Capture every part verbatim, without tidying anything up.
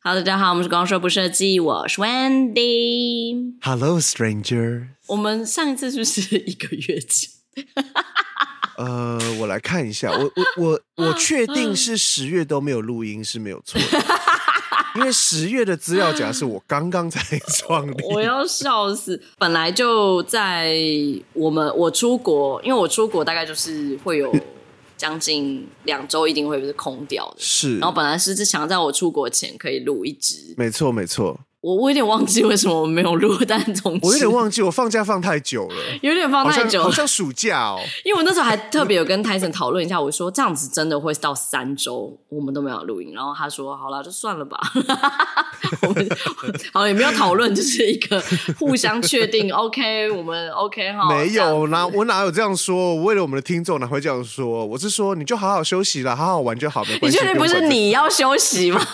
Hello， 大家好，我们是光说不设计，我是 Wendy。Hello stranger。 我们上一次是不是一个月前？ 呃，我来看一下，我我我我确定是十月都没有录音是没有错的，因为十月的资料夹是我刚刚才创立。 我要笑死！本来就在我们我出国，因为我出国大概就是会有将近两周一定会是空掉的， 是。 然后本来是想在我出国前可以录一集， 没错没错。 我我有点忘记为什么我们没有录，但总之我有点忘记我放假放太久了， 有点放太久了， 好像好像暑假哦。 因为我那时候还特别有跟 Tyson 讨论一下，我说这样子真的会到三周我们都没有录音，然后他说好啦，就算了吧。我们好也没有讨论，就是一个互相确定 OK 我们 OK 哈。 没有哪我哪有这样说？我为了我们的听众哪会这样说？我是说你就好好休息啦，好好玩就好，没关系。 你确定不是你要休息吗？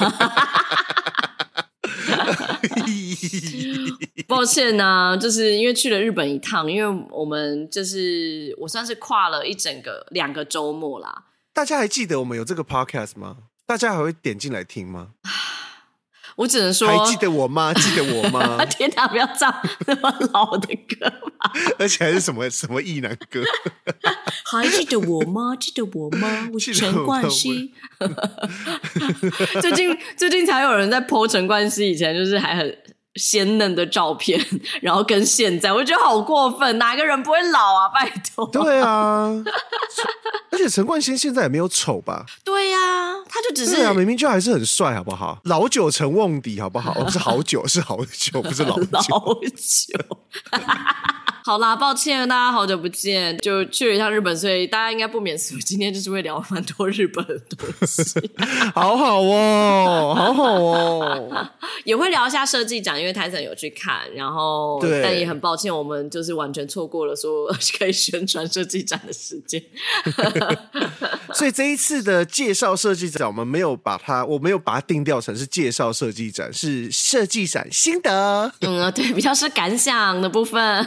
抱歉啊，就是因为去了日本一趟，因为我们就是我算是跨了一整个两个周末啦。 大家还记得我们有这个 podcast 吗？大家还会点进来听吗？ 我只能说， 还记得我吗？记得我吗？ 天哪，不要唱那么老的歌嘛！ 而且还是什么什么意男歌？ 还记得我吗？记得我吗？我是陈冠希。最近最近才有人在 po 陈冠希以前就是还很鲜嫩的照片，然后跟现在，我觉得好过分，哪个人不会老啊？拜托。 对啊，而且陈冠希现在也没有丑吧？ 对呀、啊，他就只是对啊，明明就还是很帅，好不好？老酒陈瓮迪，好不好？不是好酒，是好酒，不是老酒。 老酒。好啦，抱歉，大家好久不见，就去了一趟日本，所以大家应该不免俗，今天就是会聊蛮多日本的东西。 好好哦，好好哦， 也会聊一下设计展，因为 Tyson 有去看，然后对， 但也很抱歉，我们就是完全错过了说可以宣传设计展的时间。 所以这一次的介绍设计展，我们没有把它，我没有把它定调成是介绍设计展，是设计展心得。 嗯，对，比较是感想的部分。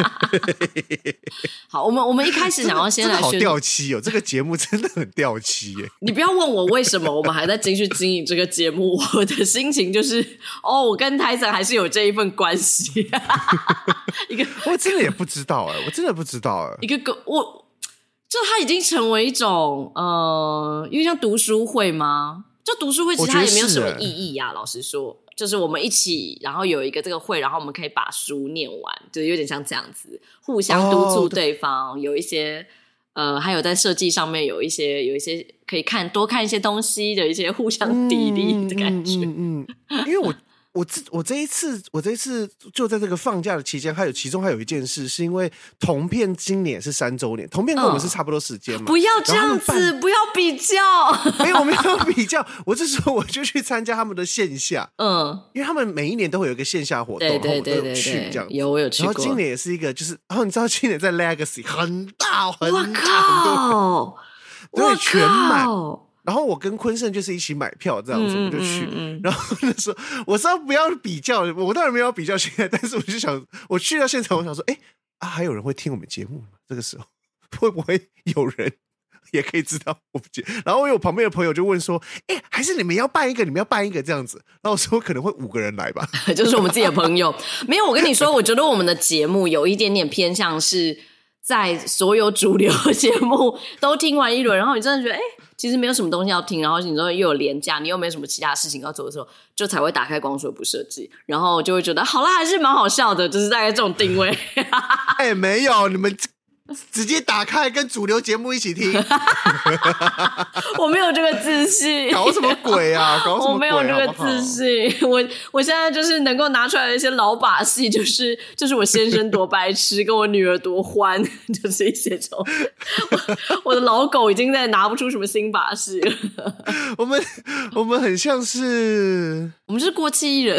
好，我们我们一开始想要先来好掉漆哦，这个节目真的很掉漆耶。 你不要问我为什么我们还在继续经营这个节目，我的心情就是哦，我跟 Tyson 还是有这一份关系。一个我真的也不知道哎，我真的不知道哎。 一个个我就它已经成为一种呃，因为像读书会吗？就读书会其实它也没有什么意义啊，老实说。就是我们一起，然后有一个这个会，然后我们可以把书念完，就有点像这样子，互相督促对方。哦、有一些呃，还有在设计上面有一些有一些可以看多看一些东西的一些互相砥砺的感觉。 嗯嗯，嗯嗯因为我我这我这一次我这一次就在这个放假的期间，还有其中还有一件事，是因为同片今年是三周年，同片跟我们是差不多时间嘛、嗯。 不要这样子，不要比较。 没有，我没有比较。我这时候我就去参加他们的线下，嗯，因为他们每一年都会有一个线下活动， 对对对对对， 然后我都有去这样。 有我有去过。 然后今年也是一个，就是然后你知道今年在 Legacy 很大很大很多， 对，全满。然后我跟坤盛就是一起买票这样子，我就去。嗯嗯、然后那时候我知道不要比较，我当然没有比较现在，但是我就想，我去到现场，我想说，哎啊，还有人会听我们节目吗？这个时候会不会有人也可以知道我们节目？然后我有旁边的朋友就问说，哎，还是你们要办一个，你们要办一个这样子？然后我说可能会五个人来吧， 就是我们自己的朋友。没有，我跟你说，我觉得我们的节目有一点点偏向是在所有主流节目都听完一轮，然后你真的觉得，哎。其实没有什么东西要听，然后你说又有连假，你又没什么其他事情要做的时候，就才会打开光说不设计，然后就会觉得好啦，还是蛮好笑的，就是大概这种定位。 哎、欸，没有，你们直接打开跟主流节目一起听。 我没有这个自信， 搞什么鬼啊？搞什么鬼、啊？ 我没有这个自信。好好我我现在就是能够拿出来的一些老把戏，就是就是我先生多白痴，跟我女儿多欢，就是一些这种。我, 我的老狗已经在拿不出什么新把戏了。 我们我们很像是我们是过气艺人。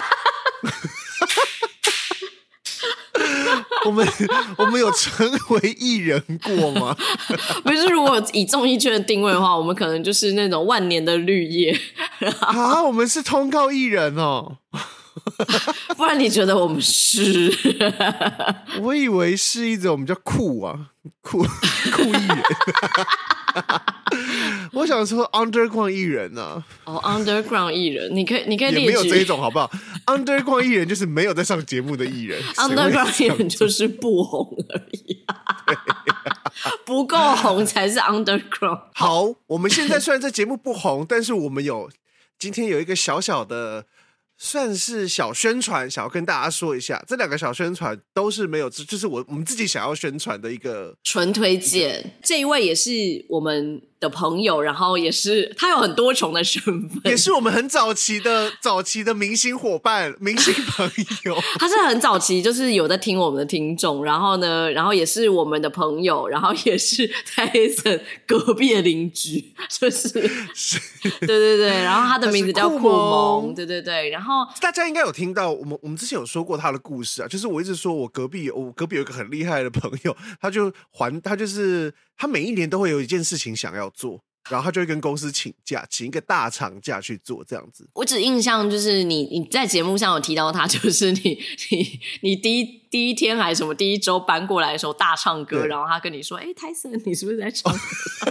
我们我们有成为艺人过吗？ 不是，如果以综艺圈的定位的话，我们可能就是那种万年的绿叶。 啊，我们是通告艺人哦。 不然你觉得我们是？ 我以为是一种比较酷啊，酷酷艺人。 我想说 underground 艺人啊。 哦、oh, ，underground 艺人，你可以，你可以列举， 也没有这一种好不好？underground 艺人就是没有在上节目的艺人 ，underground 艺人就是不红而已、啊，不够红才是 underground。 好，我们现在虽然这节目不红，但是我们有今天有一个小小的。算是小宣传，想要跟大家说一下，这两个小宣传都是没有，就是我我们自己想要宣传的一个纯推荐。这一位也是我们的朋友，然后也是他有很多重的身份， 也是我们很早期的早期的明星伙伴、明星朋友。 他是很早期，就是有在听我们的听众，然后呢，然后也是我们的朋友，然后也是Tyson隔壁的邻居，就是对对对，然后他的名字叫酷萌，对对对，然后。 大家应该有听到我们我们之前有说过他的故事啊，就是我一直说我隔壁我隔壁有一个很厉害的朋友，他就还他就是他每一年都会有一件事情想要做，然后他就会跟公司请假，请一个大长假去做这样子。 我只印象就是你你在节目上有提到他，就是你你你第一第一天还是什么第一周搬过来的时候大唱歌，然后他跟你说：“哎、欸、，Tyson， 你是不是在唱歌？”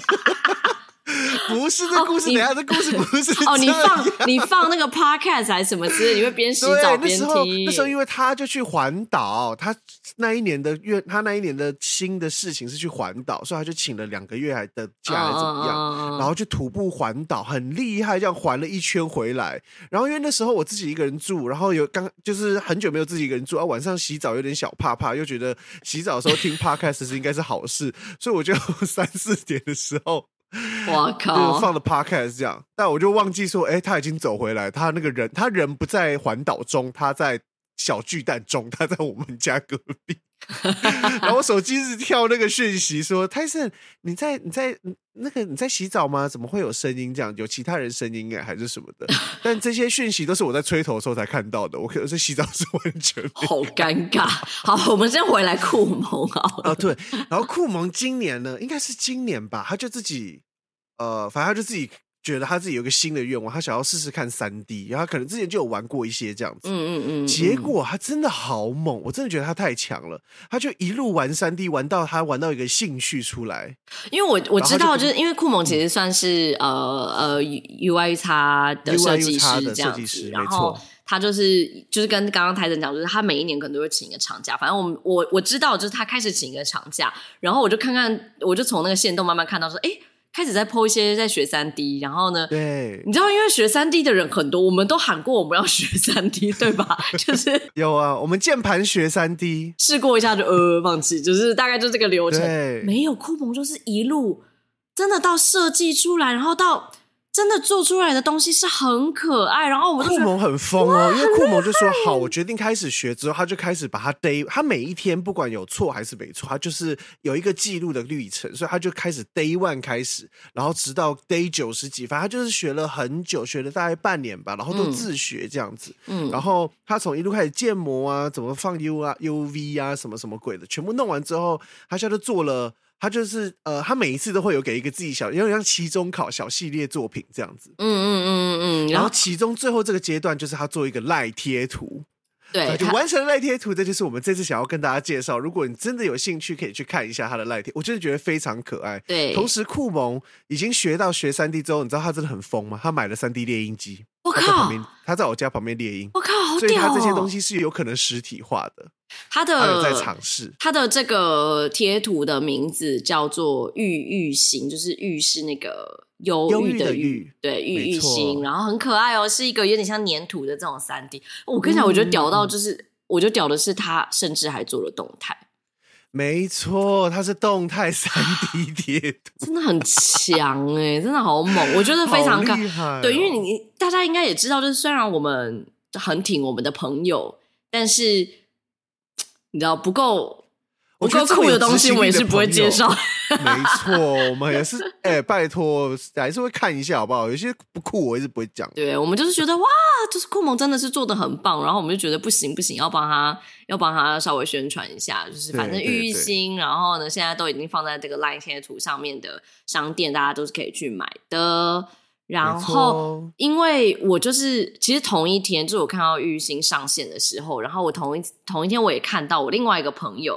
不是这故事，哦、等一下这故事不是哦，你放你放那个 podcast 还是什么之类，你会边洗澡边听。 那时候因为他就去环岛，他那一年的月，他那一年的新的事情是去环岛，所以他就请了两个月的假还是怎么样，嗯、然后去徒步环岛，很厉害，这样环了一圈回来。然后因为那时候我自己一个人住，然后有刚就是很久没有自己一个人住，啊，晚上洗澡有点小怕怕，又觉得洗澡的时候听 podcast 是应该是好事，所以我就三四点的时候。 我靠！ 放的 podcast 这样，但我就忘记说，哎、欸，他已经走回来，他那个人，他人不在环岛中，他在小巨蛋中，他在我们家隔壁。然后我手机一直跳那个讯息说，Tyson，你在你在那个你在洗澡吗？怎么会有声音？这样有其他人声音哎，还是什么的？但这些讯息都是我在吹头的时候才看到的，我可能是洗澡是完全好尴尬。好，我们先回来酷萌好了。 哦，对，然后酷萌今年呢，应该是今年吧，他就自己呃，反正他就自己。觉得他自己有一个新的愿望，他想要试试看 三 D， 然后他可能之前就有玩过一些这样子，嗯嗯嗯，结果他真的好猛，我真的觉得他太强了，他就一路玩 三 D， 玩到他玩到一个兴趣出来。 因为我我知道，就是因为酷萌其实算是、嗯、呃呃 U I U X 的设计师这样子，然后他就是就是跟刚刚Tyson讲，就是他每一年可能都会请一个长假，反正我我我知道，就是他开始请一个长假，然后我就看看，我就从那个限动慢慢看到说，哎。开始在 po 一些在学 三 D， 然后呢， 对， 你知道因为学 三 D 的人很多，我们都喊过我们要学 三 D， 对吧？就是有啊，我们键盘学 三 D， 试过一下就呃放弃，就是大概就这个流程。 对， 没有酷萌就是一路真的到设计出来，然后到真的做出来的东西是很可爱，然后我就觉得酷萌很疯哦，因为酷萌就说好，我决定开始学之后，他就开始把他 day， 他每一天不管有错还是没错，他就是有一个记录的历程，所以他就开始 day one 开始，然后直到 day 九十几，反正他就是学了很久，学了大概半年吧，然后都自学这样子，嗯，然后他从一路开始建模啊，怎么放 U 啊 U V 啊，什么什么鬼的，全部弄完之后，他现在就做了。他就是呃，他每一次都会有给一个自己小，有点像期中考小系列作品这样子。嗯嗯嗯嗯。然后其中最后这个阶段就是他做一个赖贴图， 对， 就完成了赖贴图。这就是我们这次想要跟大家介绍。如果你真的有兴趣，可以去看一下他的赖贴，我真的觉得非常可爱。 对， 同时酷萌已经学到学 三 D 之后，你知道他真的很疯吗？他买了 三 D 猎鹰机。 我靠！ 他在我家旁边猎鹰。 我靠，好屌哦！ 所以他这些东西是有可能实体化的。 他的他有在尝试， 他的这个贴图的名字叫做郁郁心，就是郁是那个忧郁的郁，对，郁郁心，然后很可爱哦，是一个有点像粘土的这种 三 D。我跟你讲，我觉得屌到就是，嗯、我觉得屌的是他甚至还做了动态。 没错，它是动态 三 D 贴图， 真的很强哎、欸，真的好猛，我觉得非常厉害、哦。 对，因为你大家应该也知道，就是虽然我们很挺我们的朋友，但是你知道不够不够酷的东西，我们也是不会介绍。 没错，我们也是哎、欸，拜托，还是会看一下好不好？有些不酷，我也是不会讲。 对，我们就是觉得哇，就是酷萌真的是做的很棒，然后我们就觉得不行不行，要帮他要帮他稍微宣传一下，就是反正郁郁心，然后呢，现在都已经放在这个 LINE 贴图上面的商店，大家都是可以去买的。然后，因为我就是其实同一天，就是我看到郁郁心上线的时候，然后我同一同一天我也看到我另外一个朋友。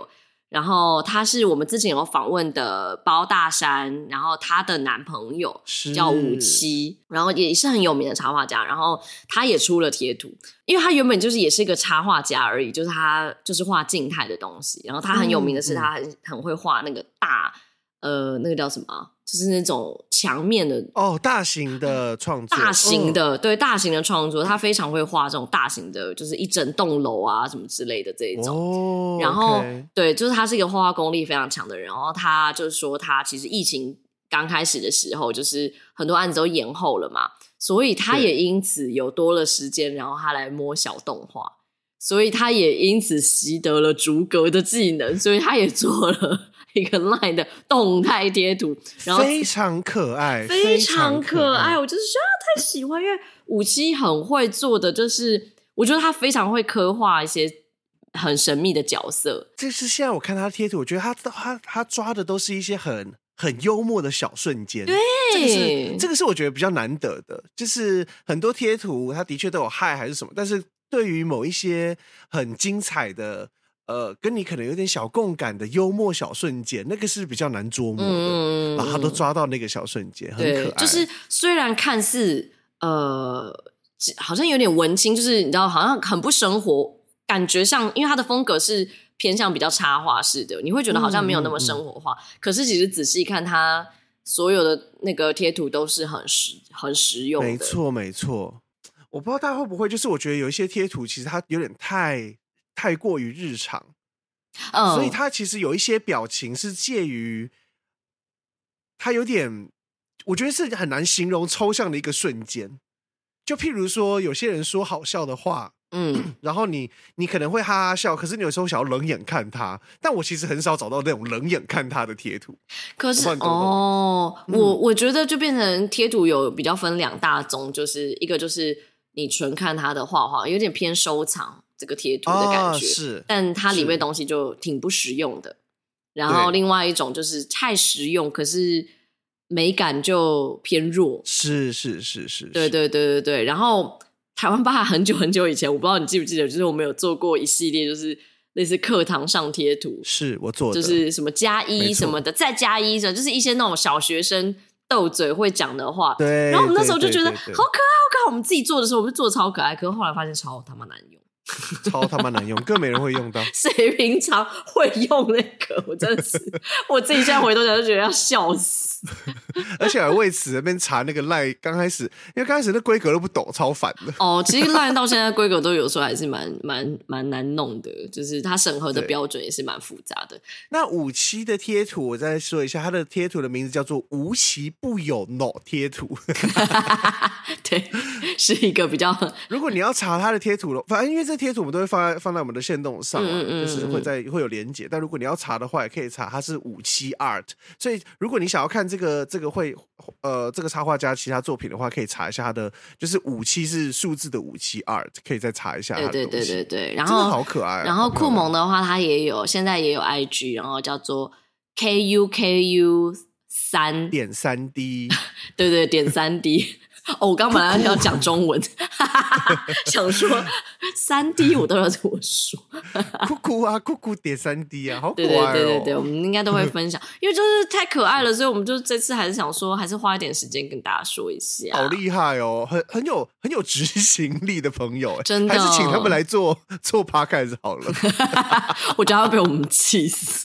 然后他是我们之前有访问的包大山，然后他的男朋友叫五七，然后也是很有名的插画家，然后他也出了贴图，因为他原本就是也是一个插画家而已，就是他就是画静态的东西，然后他很有名的是他很、嗯、很会画那个大呃那个叫什么，就是那种墙面的哦，大型的创作， 大型的、哦、对大型的创作，他非常会画这种大型的，就是一整栋楼啊什么之类的这一种。哦，然后、okay. 对，就是他是一个画画功力非常强的人。然后他就是说，他其实疫情刚开始的时候，就是很多案子都延后了嘛，所以他也因此有多了时间，然后他来摸小动画，所以他也因此习得了逐格的技能，所以他也做了一个 LINE 的动态贴图，然后非常可爱， 非常可爱。我就是觉得太喜欢，因为五七很会做的，就是我觉得他非常会刻画一些很神秘的角色。 这是现在我看他的贴图，我觉得他他他抓的都是一些很很幽默的小瞬间。 对， 这个是这个是我觉得比较难得的，就是很多贴图他的确都有害还是什么，但是对于某一些很精彩的。呃，跟你可能有点小共感的幽默小瞬间，那个是比较难捉摸的，嗯、然后他都抓到那个小瞬间，很可爱。 就是虽然看似呃好像有点文青，就是你知道，好像很不生活，感觉上，因为他的风格是偏向比较插画式的，你会觉得好像没有那么生活化。嗯嗯嗯、可是其实仔细看，他所有的那个贴图都是很实很实用的。 没错，没错。我不知道大家会不会，就是我觉得有一些贴图，其实它有点太。太过于日常、嗯、所以他其实有一些表情是介于他有点我觉得是很难形容抽象的一个瞬间，就譬如说有些人说好笑的话，嗯，然后你你可能会哈哈笑，可是你有时候想要冷眼看他，但我其实很少找到那种冷眼看他的贴图。 可是哦、嗯、我我觉得就变成贴图有比较分两大种，就是一个就是你纯看他的画画，有点偏收藏这个贴图的感觉、哦、 是， 但它里面东西就挺不实用的。然后另外一种就是太实用，可是美感就偏弱。 是是是是， 对对对对对。然后台湾吧很久很久以前，我不知道你记不记得，就是我们有做过一系列，就是类似课堂上贴图， 是我做的， 就是什么加一什么的，再加一的，就是一些那种小学生斗嘴会讲的话。 对。 然后我们那时候就觉得好可爱，好可爱。我们自己做的时候，我们就做的超可爱，可是后来发现超他妈难用。 超他妈难用，更没人会用到。 谁平常会用那个？我真的是我自己现在回头想就觉得要笑死。 而且还为此那边查那个 LINE， 刚开始因为刚开始那规格都不懂，超烦的。 哦，其实 LINE 到现在规格都有时候还是蛮蛮蛮难弄的，就是它审核的标准也是蛮复杂的。 那五七的贴图我再说一下，它的贴图的名字叫做无奇不有 no 贴图。 对，是一个比较。 如果你要查它的贴图了，反正因为这贴图我们都会放在放在我们的限动上、啊嗯嗯嗯、就是会在会有连结，但如果你要查的话也可以查，它是五七 art， 所以如果你想要看这个这个会呃这个插画家其他作品的话，可以查一下他的，就是五七是数字的五七 art， 可以再查一下他的东西。 对对对对对，然后真的好可爱、啊。 然后酷萌的话，它也有，现在也有 I G， 然后叫做 K U K U 三点三 D， 对对点三 D。哦，我刚本来要讲中文，想说三 D 我都要怎么说？ 酷酷啊，酷酷点三 D 啊，好可爱哦！ 对对对对对，我们应该都会分享，因为就是太可爱了，所以我们就这次还是想说，还是花一点时间跟大家说一下。 好厉害哦，很很有很有执行力的朋友， 真的， 还是请他们来做做 podcast 好了。 我觉得要被我们气死。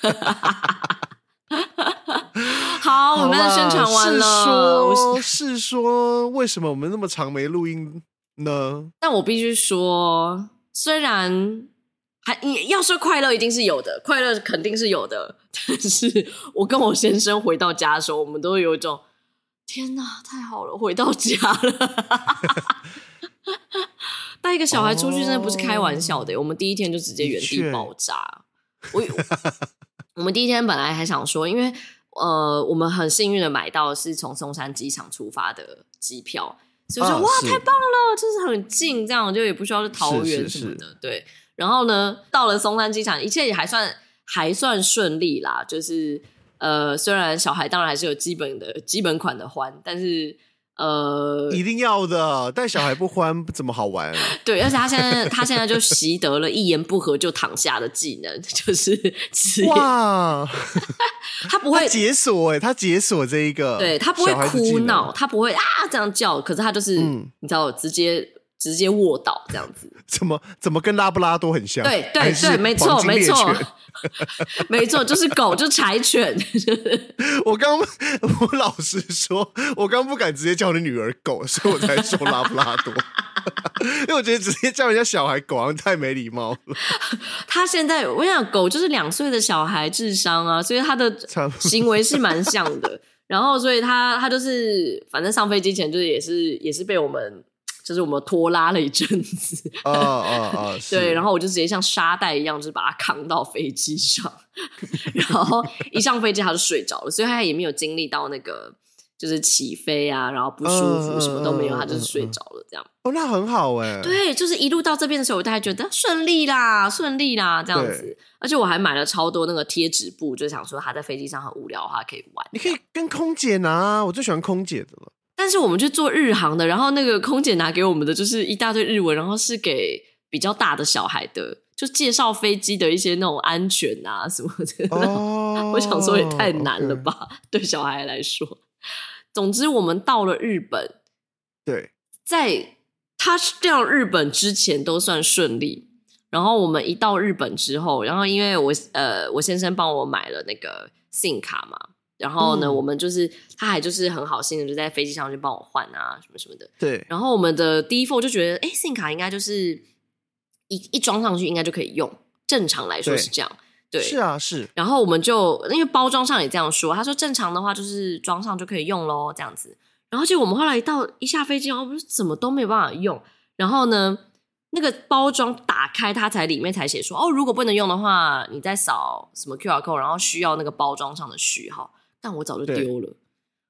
好，我们宣传完了。 是说，是说，为什么我们那么长没录音呢？ 但我必须说，虽然还你要说快乐一定是有的，快乐肯定是有的，但是我跟我先生回到家的时候，我们都有一种天哪，太好了，回到家了。带一个小孩出去真的不是开玩笑的，哦、我们第一天就直接原地爆炸。我我们第一天本来还想说，因为呃，我们很幸运的买到是从松山机场出发的机票，所以说、哦、哇，太棒了，就是很近，这样就也不需要去桃园什么的，是是是对。然后呢，到了松山机场，一切也还算还算顺利啦，就是呃，虽然小孩当然还是有基本的基本款的欢，但是呃， 一定要的，带小孩不欢怎么好玩？ 对，而且他现在他现在就习得了一言不合就躺下的技能，就是职业哇， 他不会他解锁哎、欸，他解锁这一个， 对他不会哭闹，他不会啊这样叫，可是他就是、嗯、你知道直接直接卧倒这样子， 怎么怎么跟拉布拉多很像？ 对对对，没错没错。没错，就是狗，就是柴犬。 我刚，我老实说，我刚不敢直接叫你女儿狗，所以我才说拉布拉多。因为我觉得直接叫人家小孩狗好像太没礼貌了。 他现在，我想狗就是两岁的小孩智商啊，所以他的行为是蛮像的。然后，所以他他就是反正上飞机前就是也是也是被我们。就是我们拖拉了一阵子， 哦哦哦， 对，然后我就直接像沙袋一样，就是把它扛到飞机上，然后一上飞机他就睡着了，所以他也没有经历到那个就是起飞啊，然后不舒服什么都没有，他就是睡着了这样。 哦，那很好哎、欸。 对，就是一路到这边的时候，我大概觉得顺利啦，顺利啦这样子，而且我还买了超多那个贴纸布，就想说他在飞机上很无聊的话可以玩。 你可以跟空姐拿，我最喜欢空姐的了。 但是我们去做日航的，然后那个空姐拿给我们的就是一大堆日文，然后是给比较大的小孩的，就介绍飞机的一些那种安全啊什么的。Oh, 我想说也太难了吧， okay. 对小孩来说。总之，我们到了日本， 对， 在 touch down 日本之前都算顺利。然后我们一到日本之后，然后因为我呃我先生帮我买了那个 SIM 卡嘛。然后呢、嗯、我们就是他还就是很好心的就在飞机上就帮我换啊什么什么的。对。然后我们的第一副就觉得诶 SIM 卡应该就是一一装上去应该就可以用，正常来说是这样。对。对是啊是。 然后我们就因为包装上也这样说，他说正常的话就是装上就可以用咯这样子。然后结果我们后来一到一下飞机，我们怎么都没有办法用。然后呢那个包装打开它才里面才写说哦如果不能用的话你再扫什么 Q R code 然后需要那个包装上的序号。但我早就丢了，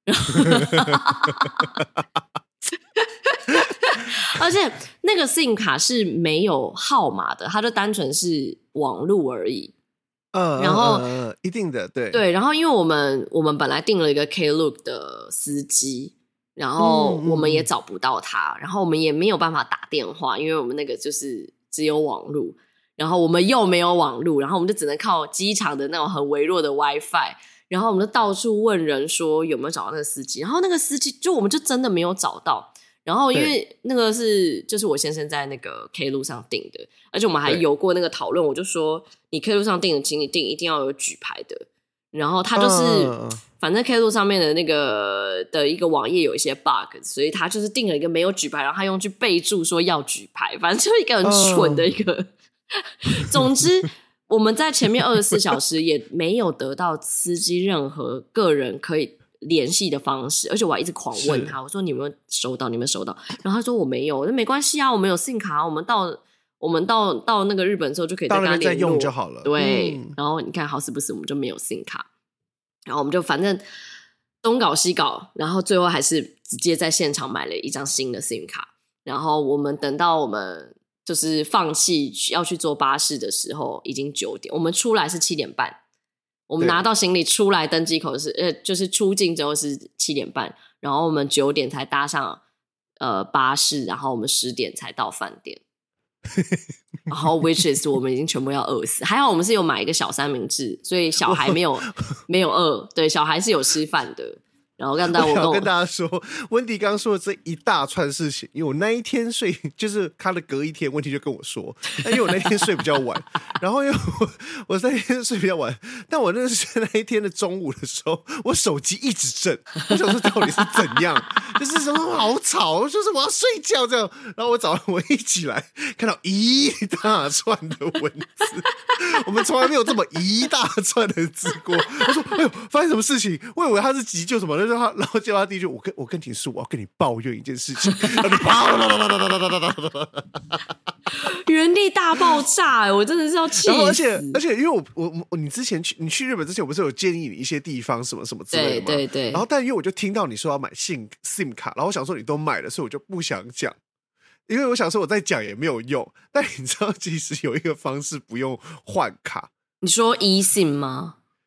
而且那个 SIM 卡是没有号码的，它就单纯是网路而已。 嗯， 然后、 呃、一定的，对对，然后因为我们我们本来订了一个 Klook 的司机，然后我们也找不到他，嗯、然后我们也没有办法打电话，因为我们那个就是只有网路，然后我们又没有网路，然后我们就只能靠机场的那种很微弱的 WiFi。然后我们就到处问人说有没有找到那个司机，然后那个司机就我们就真的没有找到。然后因为那个是就是我先生在那个 K 路上订的，而且我们还有过那个讨论，我就说你 K 路上订的请你订一定要有举牌的。然后他就是、uh, 反正 K 路上面的那个的一个网页有一些 bug， 所以他就是订了一个没有举牌，然后他用去备注说要举牌，反正就是一个很蠢的一个、uh. 总之我们在前面二十四小时也没有得到司机任何个人可以联系的方式，而且我还一直狂问他，我说你有没有收到？你有没有收到？然后他说我没有，我说没关系啊，我们有 SIM 卡，我们到我们到到那个日本之后就可以再跟他联络， 再用就好了。 对、 嗯， 然后你看好死不死，我们就没有 SIM 卡，然后我们就反正东搞西搞，然后最后还是直接在现场买了一张新的 SIM 卡，然后我们等到我们。就是放弃要去坐巴士的时候已经九点，我们出来是七点半，我们拿到行李出来登机口是呃，就是出境之后是七点半，然后我们九点才搭上呃巴士，然后我们十点才到饭店然后 which is 我们已经全部要饿死，还好我们是有买一个小三明治，所以小孩没有没有饿，对，小孩是有吃饭的。然后刚才我我想跟大家说，温迪刚刚说的这一大串事情，因为我那一天睡，就是他的隔一天，温迪就跟我说，但因为我那天睡比较晚，然后因为我我那天睡比较晚，但我那是那一天的中午的时候，我手机一直震，我想说到底是怎样，就是什么好吵，就是我要睡觉这样，然后我早上我一起来看到一大串的文字，我们从来没有这么一大串的字过，我说哎呦，发生什么事情？我以为他是急救什么的。然后接到他第一句，我跟我跟你说，我要跟你抱怨一件事情，然后就啪啦啦啦啦啦啦啦啦， 原地大爆炸、欸！我真的是要气死。 然后而且而且，因为我我我你之前去你去日本之前，我不是有建议你一些地方什么什么之类的吗？ 对对对。 然后但因为我就听到你说要买 SIM SIM 卡，然后我想说你都买了，所以我就不想讲，因为我想说我再讲也没有用。但你知道，其实有一个方式不用换卡。 你说 eSIM 吗？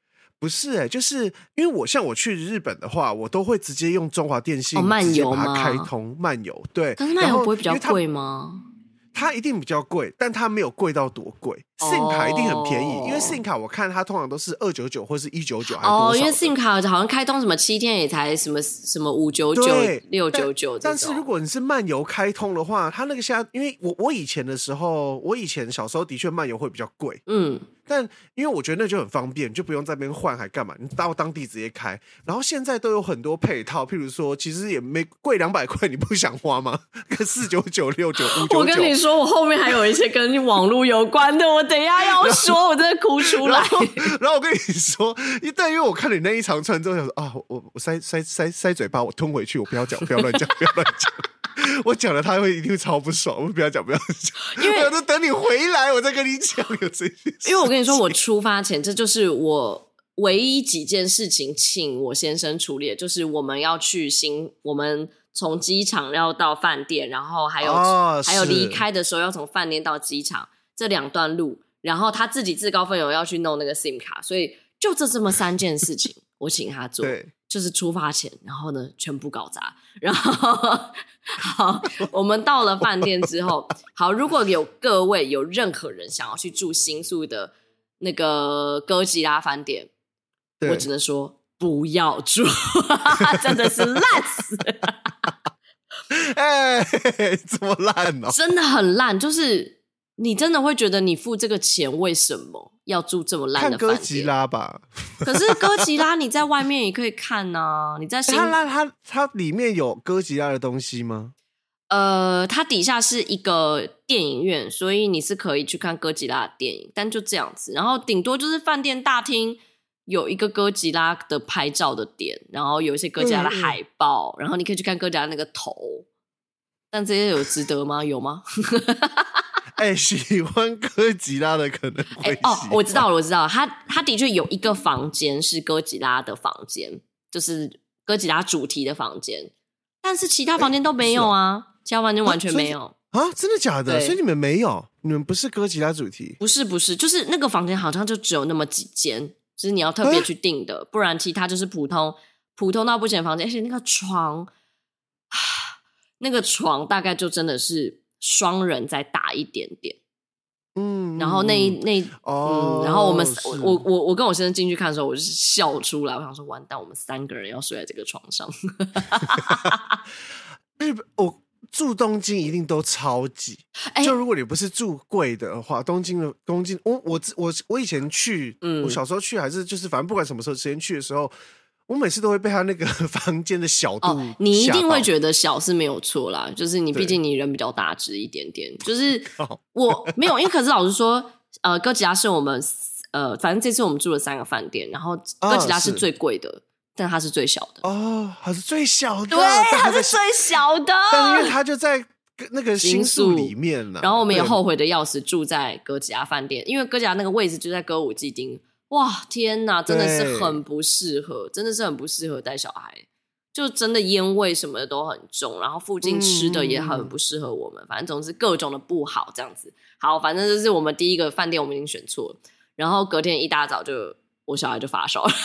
不是哎、欸，就是因为我像我去日本的话，我都会直接用中华电信、 哦、漫游吗？ 直接把它开通漫游，对。 但是漫游不会比较贵吗？ 它一定比较贵，但它没有贵到多贵。 哦、 SIM 卡一定很便宜，因为 SIM 卡我看它通常都是二九九或是一九九还多少的。 哦，因为 SIM 卡好像开通什么七天也才什么什么五九九、六九九， 但是如果你是漫游开通的话，它那个现在，因为我我以前的时候，我以前小时候的确漫游会比较贵，嗯。但因为我觉得那就很方便，就不用在那边换还干嘛，你到当地直接开。然后现在都有很多配套，譬如说其实也没贵两百块，你不想花吗？跟四九九、六九、五九九。 我跟你说，我后面还有一些跟网络有关的，我等一下要说，我真的哭出来。 然后, 然后我跟你说，但因为我看你那一长串之后，想说啊，我我塞塞塞塞嘴巴，我吞回去，我不要讲，不要乱讲，不要乱讲。我讲了他会一定会超不爽，我不要讲不要讲，因为我都等你回来我再跟你讲有这些事。 因为我跟你说我出发前这就是我唯一几件事情请我先生处理的，就是我们要去新我们从机场要到饭店，然后还有、哦、还有离开的时候要从饭店到机场这两段路，然后他自己自告奋勇要去弄那个 SIM 卡，所以就这这么三件事情我请他做，就是出发前，然后呢全部搞砸，然后好，我们到了饭店之后，好，如果有各位有任何人想要去住新宿的那个哥吉拉饭店，我只能说不要住，真的是烂死了。 哎、欸，怎么烂呢、哦？ 真的很烂，就是你真的会觉得你付这个钱为什么要住这么烂的饭店？ 看哥吉拉吧。 可是哥吉拉你在外面也可以看啊，你在新它它它里面有哥吉拉的东西吗？ 呃，它底下是一个电影院，所以你是可以去看哥吉拉的电影，但就这样子。然后顶多就是饭店大厅有一个哥吉拉的拍照的点，然后有一些哥吉拉的海报，嗯嗯然后你可以去看哥吉拉那个头。但这些有值得吗？有吗？ 哎、欸，喜欢哥吉拉的可能会、欸、 哦，我知道了，我知道了，他他的确有一个房间是哥吉拉的房间，就是哥吉拉主题的房间，但是其他房间都没有啊，欸、其他房间完全没有啊, 啊？真的假的？所以你们没有，你们不是哥吉拉主题？ 不是不是，就是那个房间好像就只有那么几间，就是你要特别去订的，欸、不然其他就是普通普通到不行的房间，而且那个床，那个床大概就真的是。双人再大一点点，嗯，然后那那哦、嗯，然后我们我我我跟我先生进去看的时候，我就是笑出来，我想说完蛋，我们三个人要睡在这个床上。 日本我住东京一定都超挤，欸、就如果你不是住贵的话，东京的东京，我我我我以前去，嗯，我小时候去还是就是反正不管什么时候时间去的时候。我每次都会被他那个房间的小度、哦、 你一定会觉得小是没有错啦，就是你毕竟你人比较大只一点点，就是我没有，因为可是老实说，呃，哥吉拉是我们呃，反正这次我们住了三个饭店，然后哥吉拉是最贵的，哦、但它是最小的哦，它是最小的， 对，它是最小的， 但因为它就在那个新宿里面了， 然后我们也后悔的要死，住在哥吉拉饭店，因为哥吉拉那个位置就在歌舞伎町。哇天哪，真的是很不适合，真的是很不适合带小孩，就真的烟味什么的都很重，然后附近吃的也很不适合我们，嗯、反正总之各种的不好这样子。好，反正就是我们第一个饭店我们已经选错了，然后隔天一大早就我小孩就发烧了，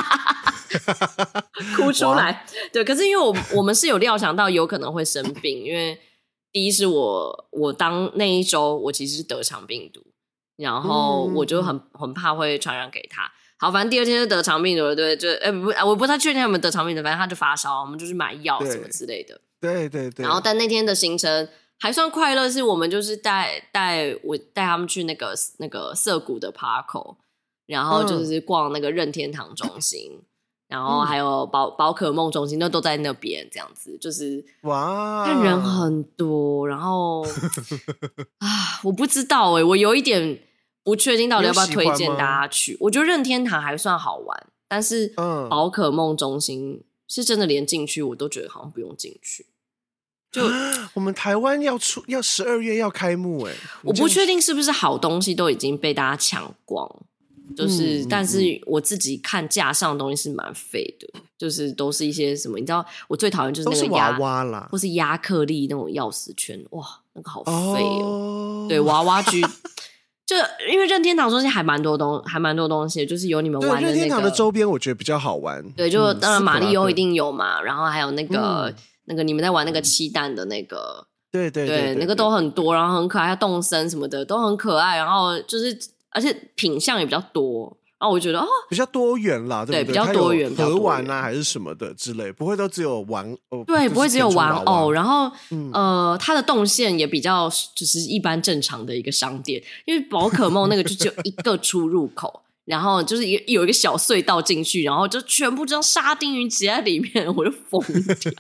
哭出来。对，可是因为我我们是有料想到有可能会生病，因为第一是我我当那一周我其实是得肠病毒。然后我就很很怕会传染给他。好，反正第二天就得肠病毒了，对，就哎不，我不太确定他们得肠病毒，反正他就发烧，我们就去买药什么之类的。 对对对。 然后但那天的行程还算快乐，是我们就是带带我带他们去那个那个涩谷的 Parco， 然后就是逛那个任天堂中心。嗯然后还有宝宝可梦中心都都在那边，这样子就是哇，但人很多，然后啊，我不知道哎、欸，我有一点不确定到底要不要推荐大家去。我觉得任天堂还算好玩，但是宝可梦中心是真的连进去我都觉得好像不用进去。就我们台湾要出要十二月要开幕哎、欸， 我不确定是不是好东西都已经被大家抢光。就是、嗯，但是我自己看架上的东西是蛮废的，就是都是一些什么，你知道，我最讨厌就是那个娃娃啦， 或是亚克力那种钥匙圈，哇，那个好废哦。哦对，娃娃居就因为任天堂中心还蛮多东还蛮多东西，就是有你们玩的那个任天堂的周边，我觉得比较好玩。 对，就、嗯、当然马里欧一定有嘛， 嗯、 然后还有那个、嗯、那个你们在玩那个漆弹的那个， 对对 对, 对, 对, 对， 那个都很多，然后很可爱，动森什么的都很可爱，然后就是而且品相也比较多。然后我觉得哦， 比较多元啦，对不对？ 对，比较多元， 盒玩啊，还是什么的之类，不会都只有玩偶， 对， 就是、 不会只有玩偶。然后、 嗯、 呃，它的动线也比较就是一般正常的一个商店，因为宝可梦那个就只有一个出入口，然后就是有一个小隧道进去，然后就全部这样沙丁鱼挤在里面，我就疯掉。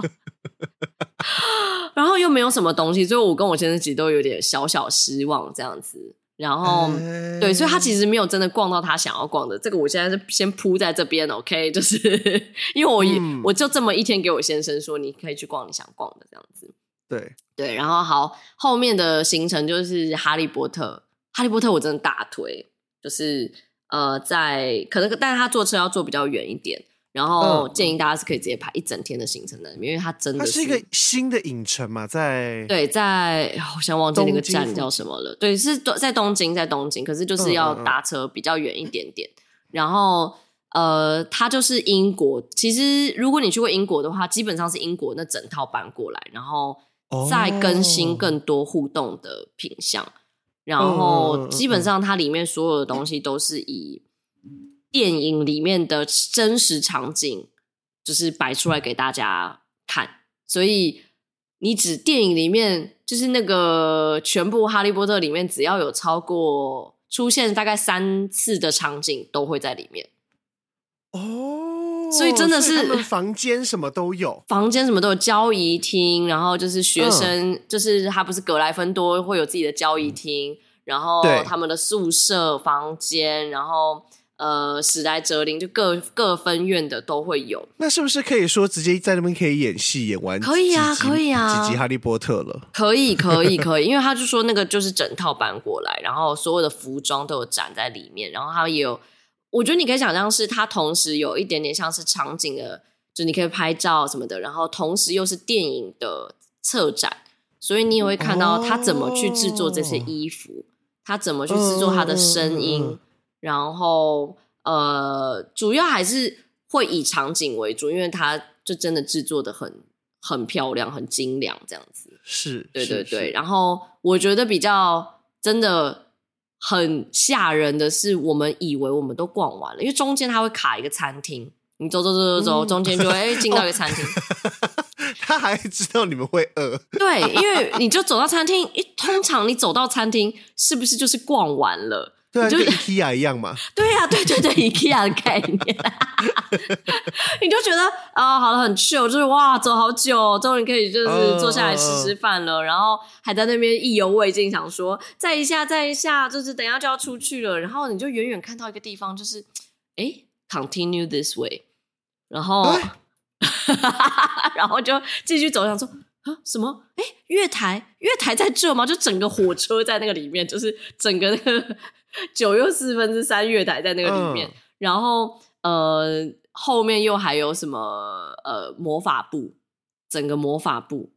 然后又没有什么东西，所以我跟我先生其实都有点小小失望这样子。然后、欸、对，所以他其实没有真的逛到他想要逛的，这个我现在是先铺在这边 OK， 就是因为我、嗯、我就这么一天给我先生说你可以去逛你想逛的这样子。 对对，然后好，后面的行程就是哈利波特，哈利波特我真的大推，就是呃在可能但是他坐车要坐比较远一点，然后建议大家是可以直接排一整天的行程在里面，因为它真的是它是一个新的影城嘛，在对在我想忘记那个站叫什么了，对，是在东京，在东京，可是就是要搭车比较远一点点。嗯嗯嗯然后呃，它就是英国，其实如果你去过英国的话，基本上是英国那整套搬过来，然后再更新更多互动的品项，哦、然后基本上它里面所有的东西都是以电影里面的真实场景就是摆出来给大家看，所以你只电影里面就是那个全部哈利波特里面只要有超过出现大概三次的场景都会在里面哦， 所以真的是他们房间什么都有， 房间什么都有，交谊厅，然后就是学生、嗯、就是他不是格莱芬多会有自己的交谊厅，然后他们的宿舍房间，然后呃，史莱哲林就各各分院的都会有。那是不是可以说直接在那边可以演戏，演完可以啊，可以啊， 几集哈利波特了？ 可以，可以，可以，因为他就说那个就是整套搬过来，然后所有的服装都有展在里面，然后他也有，我觉得你可以想象是它同时有一点点像是场景的，就你可以拍照什么的，然后同时又是电影的策展，所以你也会看到他怎么去制作这些衣服，哦、他怎么去制作他的声音。嗯嗯嗯然后呃，主要还是会以场景为主，因为它就真的制作的很很漂亮、很精良，这样子。 是， 对对对。然后我觉得比较真的很吓人的是，我们以为我们都逛完了，因为中间它会卡一个餐厅，你走走走走走，嗯、中间就会进到一个餐厅。 他还知道你们会饿， 对，因为你就走到餐厅，通常你走到餐厅是不是就是逛完了？ 对啊，就跟 IKEA 一样嘛。 对啊，对对对 ，IKEA 的概念，你就觉得啊、呃，好了，很 chill， 就是哇，走好久，终于可以就是坐下来吃吃饭了，uh, uh, uh. 然后还在那边意犹未尽，想说再一下，再一下，就是等一下就要出去了，然后你就远远看到一个地方，就是哎 ，continue this way， 然后，欸、然后就继续走，想说。啊，什么？哎，月台，月台在这吗？就整个火车在那个里面，就是整个那个九又四分之三月台在那个里面，嗯、然后呃，后面又还有什么呃魔法部，整个魔法部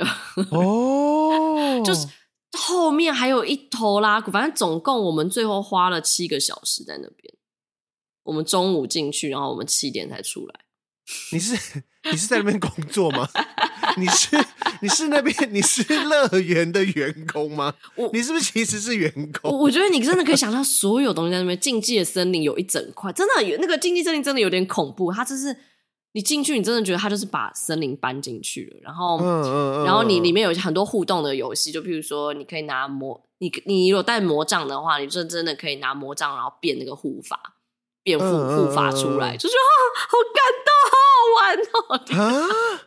哦， 就是后面还有一头拉古，反正总共我们最后花了七个小时在那边。我们中午进去，然后我们七点才出来。 你是你是在那边工作吗？你是你是那边你是乐园的员工吗？你是不是其实是员工？ 我我觉得你真的可以想象，所有东西在那边。竞技的森林有一整块，真的有那个竞技森林真的有点恐怖。它就是你进去，你真的觉得它就是把森林搬进去了。然后，嗯嗯嗯然后你里面有很多互动的游戏，就譬如说，你可以拿魔，你你有带魔杖的话，你就真的可以拿魔杖，然后变那个护法。变护护法出来，就觉得啊，好感动，好好玩哦！啊、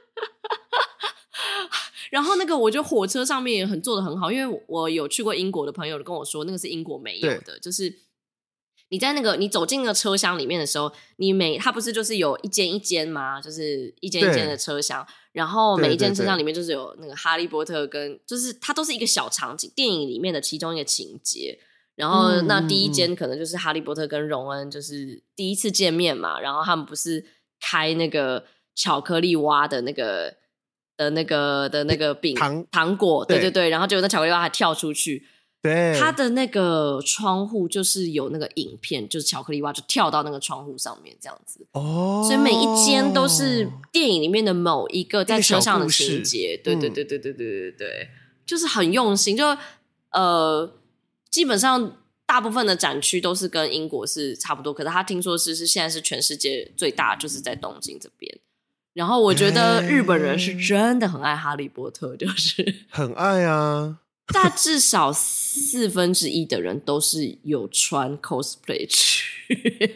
然后那个，我觉得火车上面也很做得很好，因为我有去过英国的朋友跟我说，那个是英国没有的，就是你在那个你走进那个车厢里面的时候，你每它不是就是有一间一间吗？就是一间一间的车厢，然后每一间车厢里面就是有那个哈利波特跟，就是它都是一个小场景，电影里面的其中一个情节。然后那第一间可能就是哈利波特跟荣恩就是第一次见面嘛，然后他们不是开那个巧克力蛙的那个的那个的那个饼糖糖果，对对对，然后结果那巧克力蛙还跳出去， 对， 它的那个窗户就是有那个影片，就是巧克力蛙就跳到那个窗户上面这样子哦， 所以每一间都是电影里面的某一个在车上的情节，对对对对对对对对，就是很用心，就呃，基本上大部分的展区都是跟英国是差不多，可是他听说是是现在是全世界最大，就是在东京这边。然后我觉得日本人是真的很爱哈利波特，就是很爱啊。 大至少四分之一的人都是有穿 cosplay 去，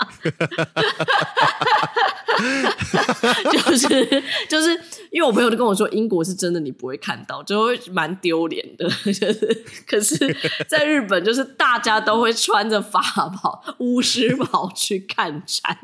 就是就是因为我朋友就跟我说，英国是真的你不会看到，就会蛮丢脸的。就是，可是在日本，就是大家都会穿着法袍、巫师袍去看展。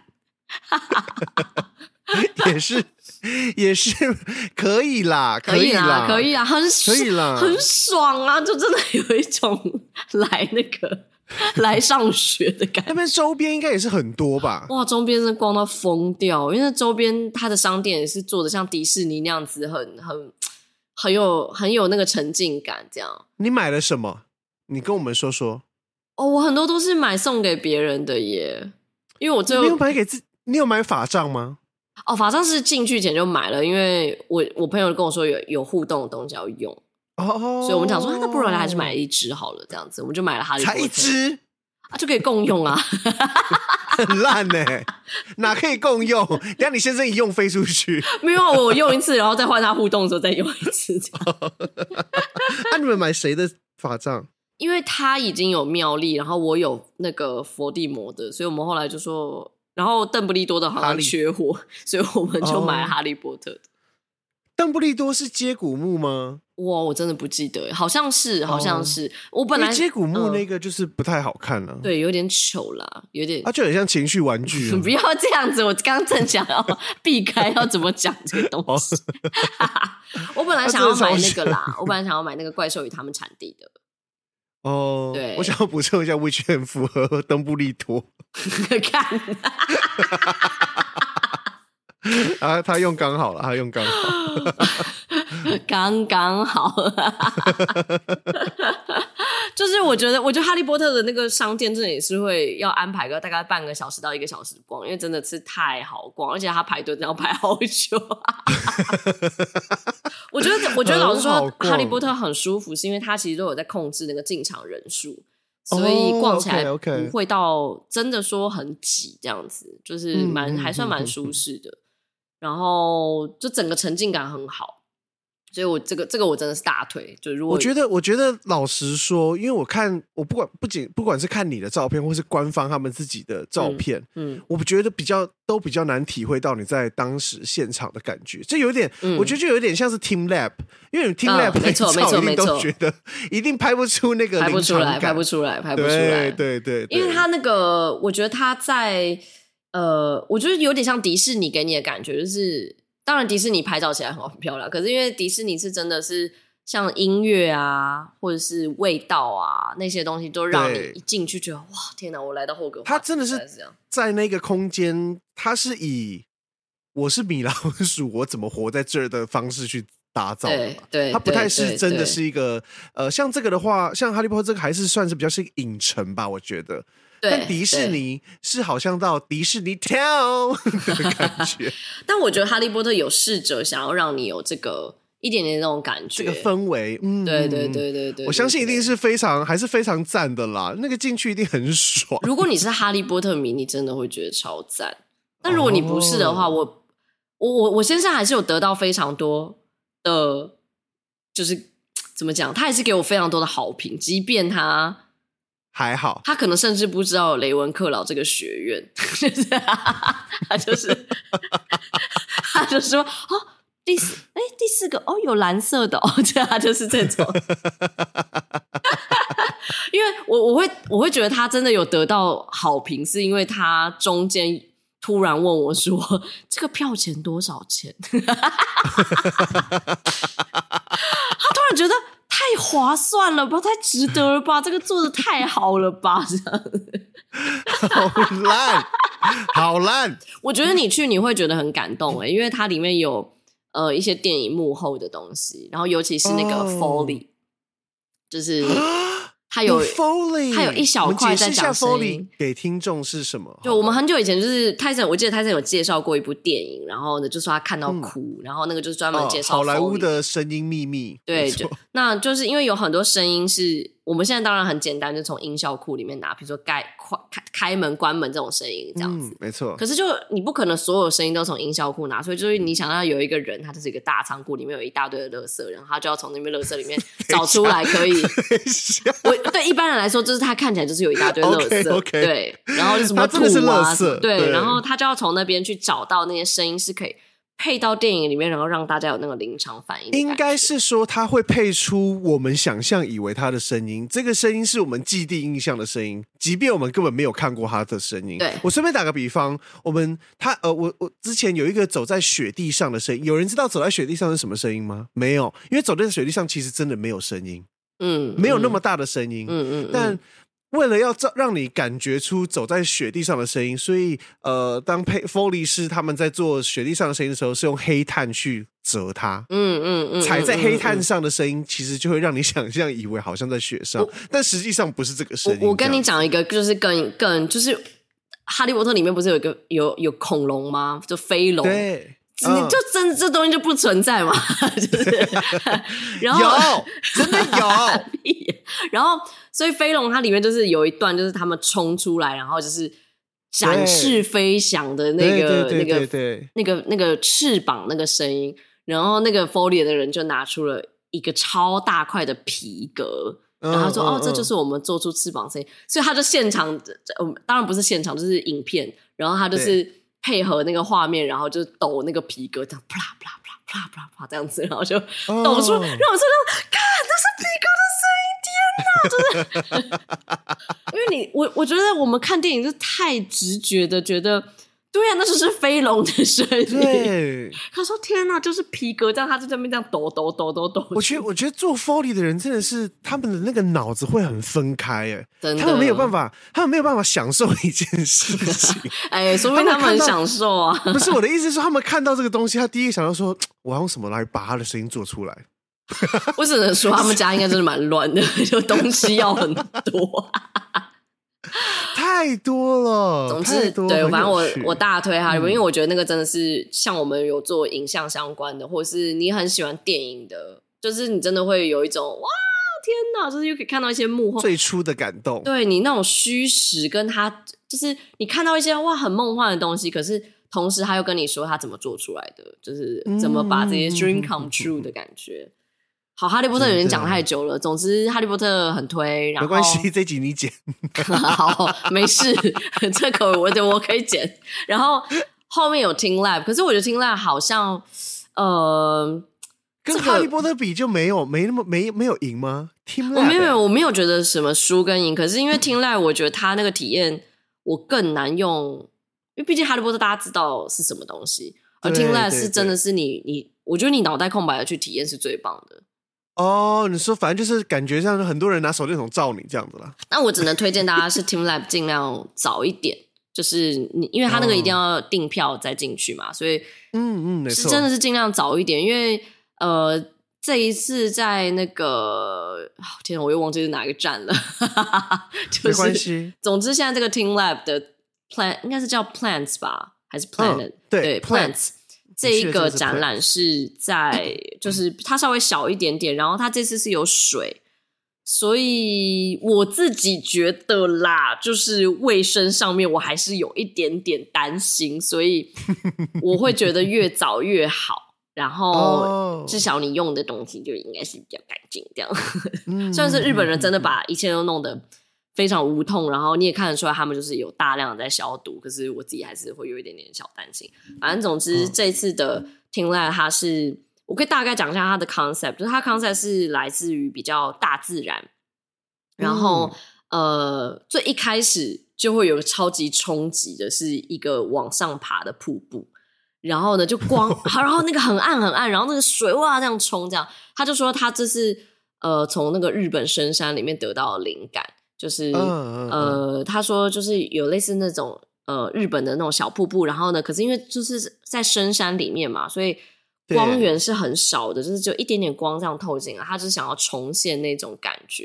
也是也是可以啦， 可以啦，可以啦，很可以啦， 很爽啊！就真的有一种来那个来上学的感觉。 那边周边应该也是很多吧？ 哇，周边真的逛到疯掉，因为周边它的商店也是做的像迪士尼那样子很，很很很有很有那个沉浸感。这样， 你买了什么？你跟我们说说。 哦，我很多都是买送给别人的耶，因为我最后你有买给自，你有买法杖吗？ 哦，法杖是进去前就买了，因为我我朋友跟我说有有互动的东西要用， 哦， 所以我们讲说，啊、那不如来还是买了一支好了，这样子我们就买了哈利波特， 才一支啊，就可以共用啊， 很烂呢、欸，哪可以共用？等一下你先生一用飞出去， 没有，我用一次，然后再换他互动的时候再用一次，这样。 那、啊、你们买谁的法杖？ 因为他已经有妙丽，然后我有那个伏地魔的，所以我们后来就说。然后邓布利多的好像缺货，所以我们就买了哈利波特的。 邓布利多是接骨木吗？ 哇，我真的不记得，好像是，好像是。哦、我本来接骨木那个就是不太好看了、啊嗯，对，有点丑啦，有点， 它、啊、就很像情绪玩具、啊。 不要这样子，我刚正想要避开要怎么讲这个东西。我本来想要买那个啦，我本来想要買那個怪獸與他們產地的。 哦， 对， 我想要补充一下 ，which 很符合邓布利多。 看， 啊，他用刚好了，他用刚好， 刚刚好。就是我觉得，我觉得哈利波特的那个商店真的也是会要安排个大概半个小时到一个小时逛，因为真的是太好逛，而且他排队真的要排好久。我觉得，我觉得老实说，哈利波特很舒服，是因为他其实都有在控制那个进场人数，所以逛起来不会到真的说很挤这样子，就是蛮、嗯、还算蛮舒适的。然后就整个沉浸感很好。所以我这个这个我真的是大推，就如果我觉得我觉得老实说，因为我看我不管不仅不管是看你的照片，或是官方他们自己的照片，嗯，嗯我觉得比较都比较难体会到你在当时现场的感觉，这有点、嗯，我觉得就有点像是 Team Lab， 因为 Team Lab 的照一定都觉得一定拍不出那个拍不出来，拍不出来，拍不出来， 对对 对, 对， 因为他那个我觉得他在呃，我觉得有点像迪士尼给你的感觉，就是。当然迪士尼拍照起来很漂亮，可是因为迪士尼是真的是像音乐啊或者是味道啊那些东西都让你一进去觉得哇天哪，我来到霍格华兹， 它真的是在那个空间，它是以我是米老鼠我怎么活在这儿的方式去打造的， 对对， 它不太是真的是一个呃，像这个的话，像哈利波特这个还是算是比较是一个影城吧，我觉得。但迪士尼是好像到迪士尼 town 的感觉。 但我觉得哈利波特有试着想要让你有这个一点点那种感觉， 这个氛围，嗯， 对对对对 对, 对， 我相信一定是非常还是非常赞的啦，那个进去一定很爽。 如果你是哈利波特迷，你真的会觉得超赞。但如果你不是的话，我我我我先生还是有得到非常多的，就是怎么讲，他还是给我非常多的好评，即便他。 还好， 他可能甚至不知道有雷文克劳这个学院，他就是他就说哦，第四哎第四个哦有蓝色的哦，这他就是这种，因为我我会我会觉得他真的有得到好评，是因为他中间突然问我说这个票钱多少钱？他突然觉得。太划算了吧，太值得了吧，这个做的太好了吧，这样好烂，好烂。 我觉得你去你会觉得很感动哎、欸，因为它里面有呃一些电影幕后的东西，然后尤其是那个 Foley，、oh. 就是它有 Foley， 它有一小块在讲声音， 给听众是什么？ 就我们很久以前就是泰森，我记得泰森有介绍过一部电影，然后呢就说他看到哭，嗯、然后那个就是专门介绍、 哦、好莱坞的声音秘密。 对，就那就是因为有很多声音是我们现在当然很简单，就从音效库里面拿，比如说盖开开门关门这种声音这样子， 嗯、没错。 可是就你不可能所有声音都从音效库拿，所以就是你想要有一个人，他就是一个大仓库，里面有一大堆的垃圾，然后他就要从那边垃圾里面找出来可以。我对一般人来说，就是他看起来就是有一大堆垃圾， okay, okay 对，然后就什么土啊，对, 对，然后他就要从那边去找到那些声音是可以配到电影里面，然后让大家有那个临场反应。 应该是说他会配出我们想象以为他的声音，这个声音是我们既定印象的声音，即便我们根本没有看过他的声音。 对， 我顺便打个比方，我们他呃，我我之前有一个走在雪地上的声音，有人知道走在雪地上是什么声音吗？没有，因为走在雪地上其实真的没有声音，嗯，没有那么大的声音，嗯 嗯, 嗯，但。为了要让你感觉出走在雪地上的声音，所以呃，当 Foley 师他们在做雪地上的声音的时候，是用黑炭去折它。嗯嗯嗯，踩在黑炭上的声音，其实就会让你想象以为好像在雪上，但实际上不是这个声音。 我, 我跟你讲一个，就是更更就是哈利波特里面不是有一个有有恐龙吗？就飞龙。 对。 你就真、嗯、这东西就不存在嘛，就是然后有真的有， 然后所以飞龙它里面就是有一段，就是他们冲出来，然后就是展翅飞翔的那个那个那个那个翅膀那个声音，然后那个 Foley 的人就拿出了一个超大块的皮革。然后他说、嗯、哦、嗯、这就是我们做出翅膀声音，所以他就现场、呃、当然不是现场，就是影片，然后他就是配合那个画面，然后就抖那个皮革，这样啪啦啪啦啪啦啪啦啪啦这样子，然后就抖出，哦、让我说看这是皮革的声音，天哪！就是因为你我我觉得我们看电影就太直觉的觉得。对啊，那就是飞龙的声音。 对， 他说：“天哪，就是皮革这样，他在这边这样抖抖抖抖抖。” 我觉得，我觉得做 Foley 的人真的是他们的那个脑子会很分开，哎，他们没有办法，他们没有办法享受一件事情。 哎，说明他们很享受啊。 不是我的意思是说，他们看到这个东西，他第一个想到说，我要用什么来把他的声音做出来。 我只能说，他们家应该真的蛮乱的，就东西要很多。 太多了， 总之对，反正我我大推哈利波特，因为我觉得那个真的是像我们有做影像相关的，或者是你很喜欢电影的，就是你真的会有一种哇天哪，就是又可以看到一些幕后最初的感动， 对你那种虚实跟他，就是你看到一些哇很梦幻的东西，可是同时他又跟你说他怎么做出来的，就是怎么把这些 dream come true 的感觉。好，哈利波特有点讲太久了。总之，哈利波特很推，然后没关系，这集你剪。 好，没事，这个我我可以剪。然后后面有 Team Lab， 可是我觉得 Team Lab 好像呃， 跟哈利波特比就没有没那么没没有赢吗 ？Team Lab 我没有，我没有觉得什么输跟赢，可是因为 Team Lab， 我觉得他那个体验我更难用，因为毕竟哈利波特大家知道是什么东西，而 Team Lab 是真的是你你，我觉得你脑袋空白的去体验是最棒的。 哦，你说反正就是感觉像很多人拿手电筒照你这样子啦。 那我只能推荐大家是 Team Lab 尽量早一点，就是你因为他那个一定要订票再进去嘛，所以嗯嗯，没错， 真的是尽量早一点，因为呃这一次在那个、哦、天哪，我又忘记是哪一个站了，就是、 没关系。 总之现在这个 Team Lab 的 Plan 应该是叫 Plants 吧，还是 Planet？、嗯、 对, 对 Plants。这一个展览是在就是它稍微小一点点，然后它这次是有水，所以我自己觉得啦，就是卫生上面我还是有一点点担心，所以我会觉得越早越好，然后至少你用的东西就应该是比较干净这样。虽然是日本人真的把一切都弄得非常无痛，然后你也看得出来他们就是有大量的在消毒，可是我自己还是会有一点点小担心。反正总之、嗯、这一次的 Team Lab 它是我可以大概讲一下它的 concept， 就是它 concept 是来自于比较大自然，然后、嗯、呃最一开始就会有超级冲击的是一个往上爬的瀑布，然后呢就光然后那个很暗很暗，然后那个水哇这样冲这样，他就说他这是呃从那个日本深山里面得到的灵感，就是、uh, uh, uh. 呃，他说就是有类似那种呃日本的那种小瀑布，然后呢，可是因为就是在深山里面嘛，所以光源是很少的，就是只有一点点光这样透进来，他就是想要重现那种感觉。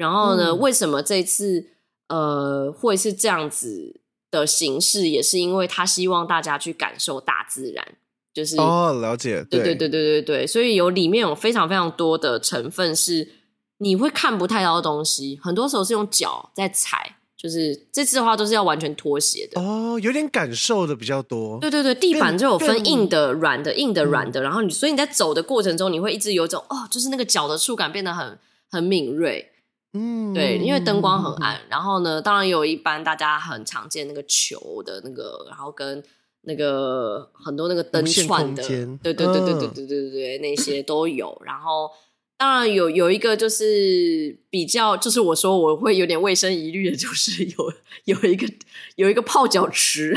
然后呢、 嗯、 为什么这次呃会是这样子的形式，也是因为他希望大家去感受大自然，就是哦，了解， 对对对对对对，所以有里面有非常非常多的成分是你会看不太到的东西，很多时候是用脚在踩，就是这次的话都是要完全脱鞋的哦，有点感受的比较多。 对对对，地板就有分硬的、软的、硬的、软的，嗯、然后你所以你在走的过程中，你会一直有一种哦，就是那个脚的触感变得很很敏锐。嗯，对，因为灯光很暗，然后呢，当然有一般大家很常见那个球的那个，然后跟那个很多那个灯串的，对对对对对对对对对，那些都有。然后当然有有一个就是比较，就是我说我会有点卫生疑虑的，就是有有一个有一个泡脚池。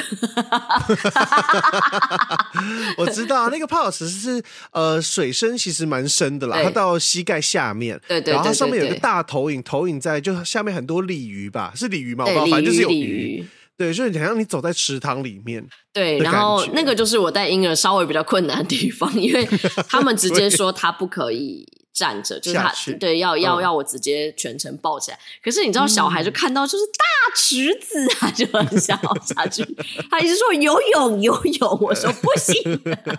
我知道那个泡脚池是呃水深其实蛮深的啦，它到膝盖下面， 对 对, 对, 对, 对， 然后它上面有一个大投影，投影在就下面很多鲤鱼吧，是鲤鱼吗？我不知道， 对， 反正就是有鲤鱼。 对，所以好像你走在池塘里面， 对，然后那个就是我带婴儿稍微比较困难的地方，因为他们直接说他不可以站着，就是他对要要、嗯、要我直接全程抱起来。可是你知道，小孩就看到就是大池子啊，就很想要下去。他一直说游泳游泳，我说不行。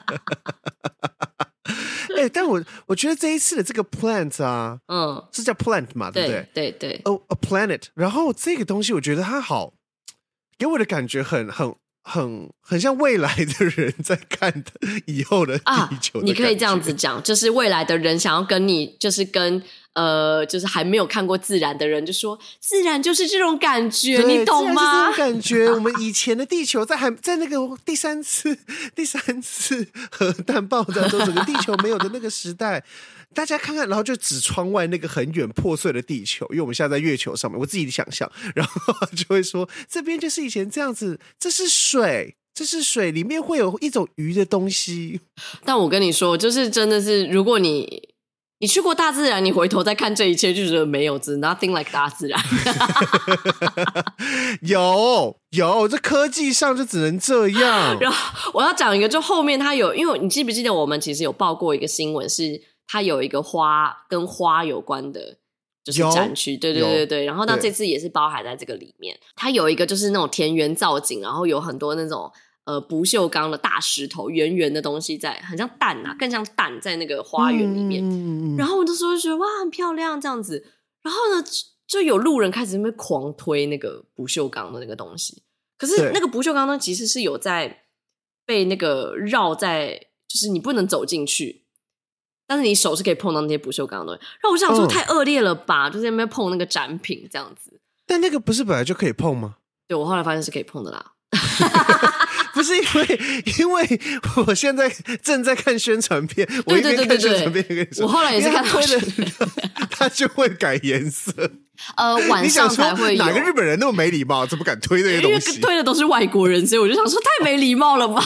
哎、欸，但我我觉得这一次的这个 plant 啊，嗯，是叫 plant 嘛，对不对？ 对对对。 哦、oh, ，a planet。然后这个东西，我觉得它好，给我的感觉很很很很像未来的人在看的以后的地球的、啊。 你可以这样子讲，就是未来的人想要跟你，就是跟呃，就是还没有看过自然的人，就说自然就是这种感觉，你懂吗？ 这种感觉，我们以前的地球在还在那个第三次第三次核弹爆炸中，整个地球没有的那个时代。大家看看，然后就指窗外那个很远破碎的地球，因为我们现在在月球上面，我自己想象，然后就会说这边就是以前这样子，这是水，这是水，里面会有一种鱼的东西。 但我跟你说，就是真的是，如果你你去过大自然，你回头再看这一切，就觉得没有，只 nothing like 大自然。 有有，这科技上就只能这样。 然后我要讲一个，就后面它有，因为你记不记得我们其实有报过一个新闻是。它有一个花跟花有关的，就是展区，对对对对。然后那这次也是包含在这个里面。它有一个就是那种田园造景，然后有很多那种呃不锈钢的大石头，圆圆的东西在，很像蛋啊，更像蛋在那个花园里面。嗯、然后我那时候就觉得哇，很漂亮这样子。然后呢，就有路人开始在那边狂推那个不锈钢的那个东西。可是那个不锈钢呢，其实是有在被那个绕在，就是你不能走进去。但是你手是可以碰到那些不锈钢的东西，然后我想说太恶劣了吧，哦、就是在那边碰那个展品这样子。 但那个不是本来就可以碰吗？ 对，我后来发现是可以碰的啦。 不是因为，因为我现在正在看宣传片，我一边看宣传片跟你说， 我后来也是看推的，它就会改颜色。 呃，晚上才会有。 哪个日本人那么没礼貌，怎么敢推这些东西？ 因为推的都是外国人，所以我就想说太没礼貌了吧。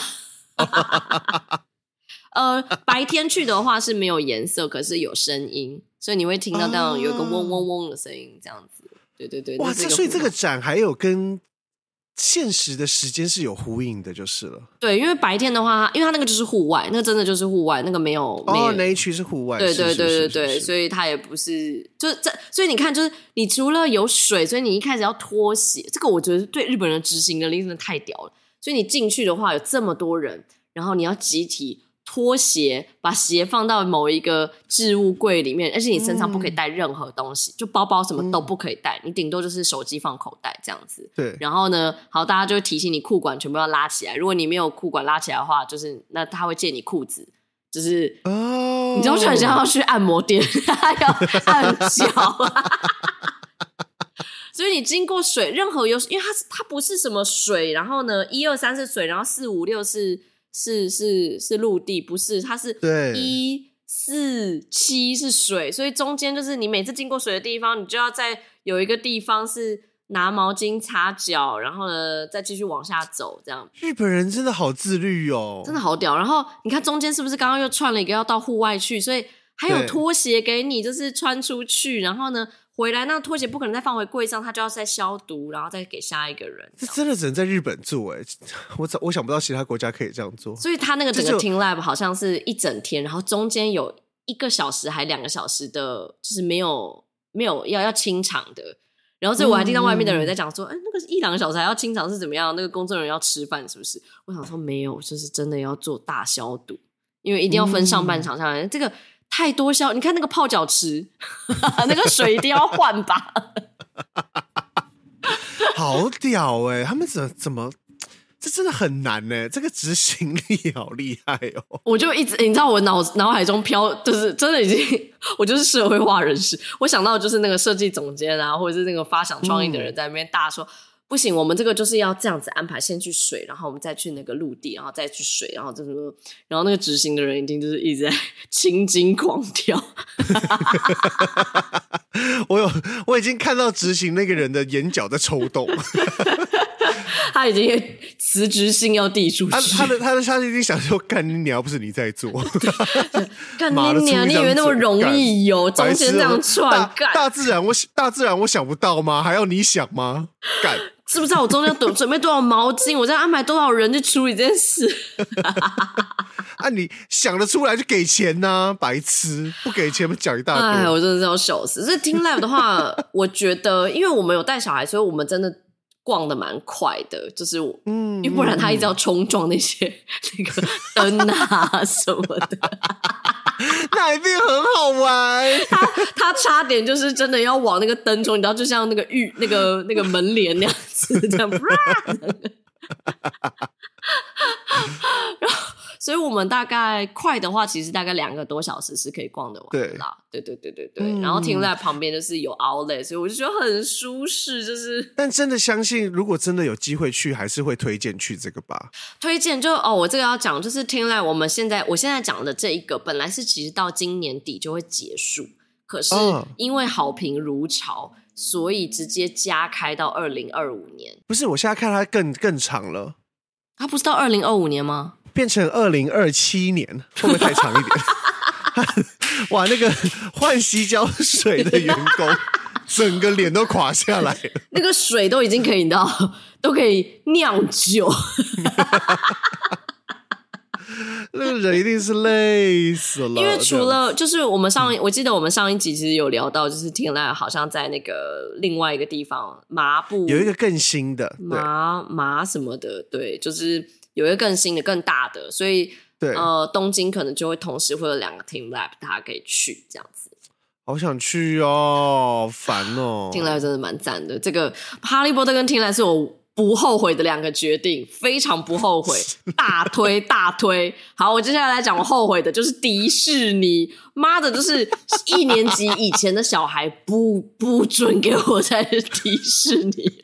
呃，白天去的话是没有颜色，可是有声音，所以你会听到那种有个嗡嗡嗡的声音，这样子。对对对， 哇，这所以这个展还有跟现实的时间是有呼应的，就是了。 对，因为白天的话，因为它那个就是户外，那真的就是户外，那个没有哦， 没有那一区是户外。 对对对对对， 是所以它也不是，就是这，所以你看，就是你除了有水，所以你一开始要脱鞋，这个我觉得对日本人执行能力真的太屌了。所以你进去的话，有这么多人，然后你要集体脱鞋，把鞋放到某一个置物柜里面，而且你身上不可以带任何东西，嗯、就包包什么都不可以带，嗯、你顶多就是手机放口袋这样子。 对。 然后呢，好，大家就会提醒你裤管全部要拉起来。如果你没有裤管拉起来的话，就是那他会借你裤子，就是哦，你知道就很像要去按摩店，要按脚。所以你经过水，任何有，因为它它不是什么水，然后呢，一二三是水，然后四五六是。是是是陆地，不是，它是一四七是水，所以中间就是你每次经过水的地方，你就要在有一个地方是拿毛巾擦脚，然后呢再继续往下走，这样。 日本人真的好自律哦， 真的好屌。然后你看中间是不是刚刚又串了一个要到户外去，所以还有拖鞋给你，就是穿出去，然后呢回来，那拖鞋不可能再放回柜上，他就要再消毒，然后再给下一个人。 这真的只能在日本做哎，我我想不到其他国家可以这样做。 所以他那个整个 Team Lab 好像是一整天，然后中间有一个小时还两个小时的，就是没有没有要要清场的。然后所以我还听到外面的人在讲说，哎、嗯，那个一两个小时还要清场是怎么样？那个工作人员要吃饭是不是？我想说没有，就是真的要做大消毒，因为一定要分上半场下来，嗯、这个太多消，你看那个泡脚池，那个水一定要换吧。 好屌哎、欸！他们怎怎么？这真的很难呢、欸，这个执行力好厉害哦！ 我就一直，你知道我脑脑海中飘，就是真的已经，我就是社会化人士。我想到就是那个设计总监啊，或者是那个发想创意的人在那边大说、嗯，不行，我们这个就是要这样子安排，先去水，然后我们再去那个陆地，然后再去水，然后这个，然后那个执行的人一定就是一直在青筋狂跳。 我有，我已经看到执行那个人的眼角在抽动。 他已经辞职信要递出去， 他他的他的他已经想说，干你娘，不是你在做， 干你娘，你以为那么容易有中间这样串？ 大, 大自然我大自然我想不到吗？还要你想吗？干， 知不知道我中间准准备多少毛巾？我在安排多少人去处理这件事？ 啊，你想得出来就给钱呐、啊，白痴，不给钱讲一大堆。 哎，我真的是要笑死。所以听 live 的话，我觉得，因为我们有带小孩，所以我们真的逛的蛮快的，就是嗯，因为不然他一直要冲撞那些那个灯啊什么的， 那一定很好玩。 他他差点就是真的要往那个灯冲，你知道，就像那个浴那个那个门帘那样子，这样。然后，所以我们大概快的话，其实大概两个多小时是可以逛得完的啦。对对对对对对。嗯、然后停在旁边就是有 outlet， 所以我就觉得很舒适。就是， 但真的相信，如果真的有机会去，还是会推荐去这个吧。 推荐就哦，我这个要讲就是停在我们现在我现在讲的这一个，本来是其实到今年底就会结束，可是因为好评如潮。嗯，所以直接加开到二零二五年。 不是，我现在看它更更长了。 它不是到二零二五年吗？ 变成二零二七年，会不会太长一点？哇，那个换洗脚水的员工，整个脸都垮下来了。 那个水都已经可以到，都可以酿酒。 那个人一定是累死了， 因为除了就是我们上，我记得我们上一集其实有聊到，就是天籁好像在那个另外一个地方麻布有一个更新的麻麻什么的，对，就是有一个更新的更大的，所以对呃东京可能就会同时会有两个 Team Lab， 大家可以去这样子。 好想去哦，烦哦。 天籁真的蛮赞的，这个哈利波特跟天籁是我不后悔的两个决定，非常不后悔，大推大推。好，我接下来来讲我后悔的就是迪士尼，妈的，就是一年级以前的小孩不不准给我在迪士尼。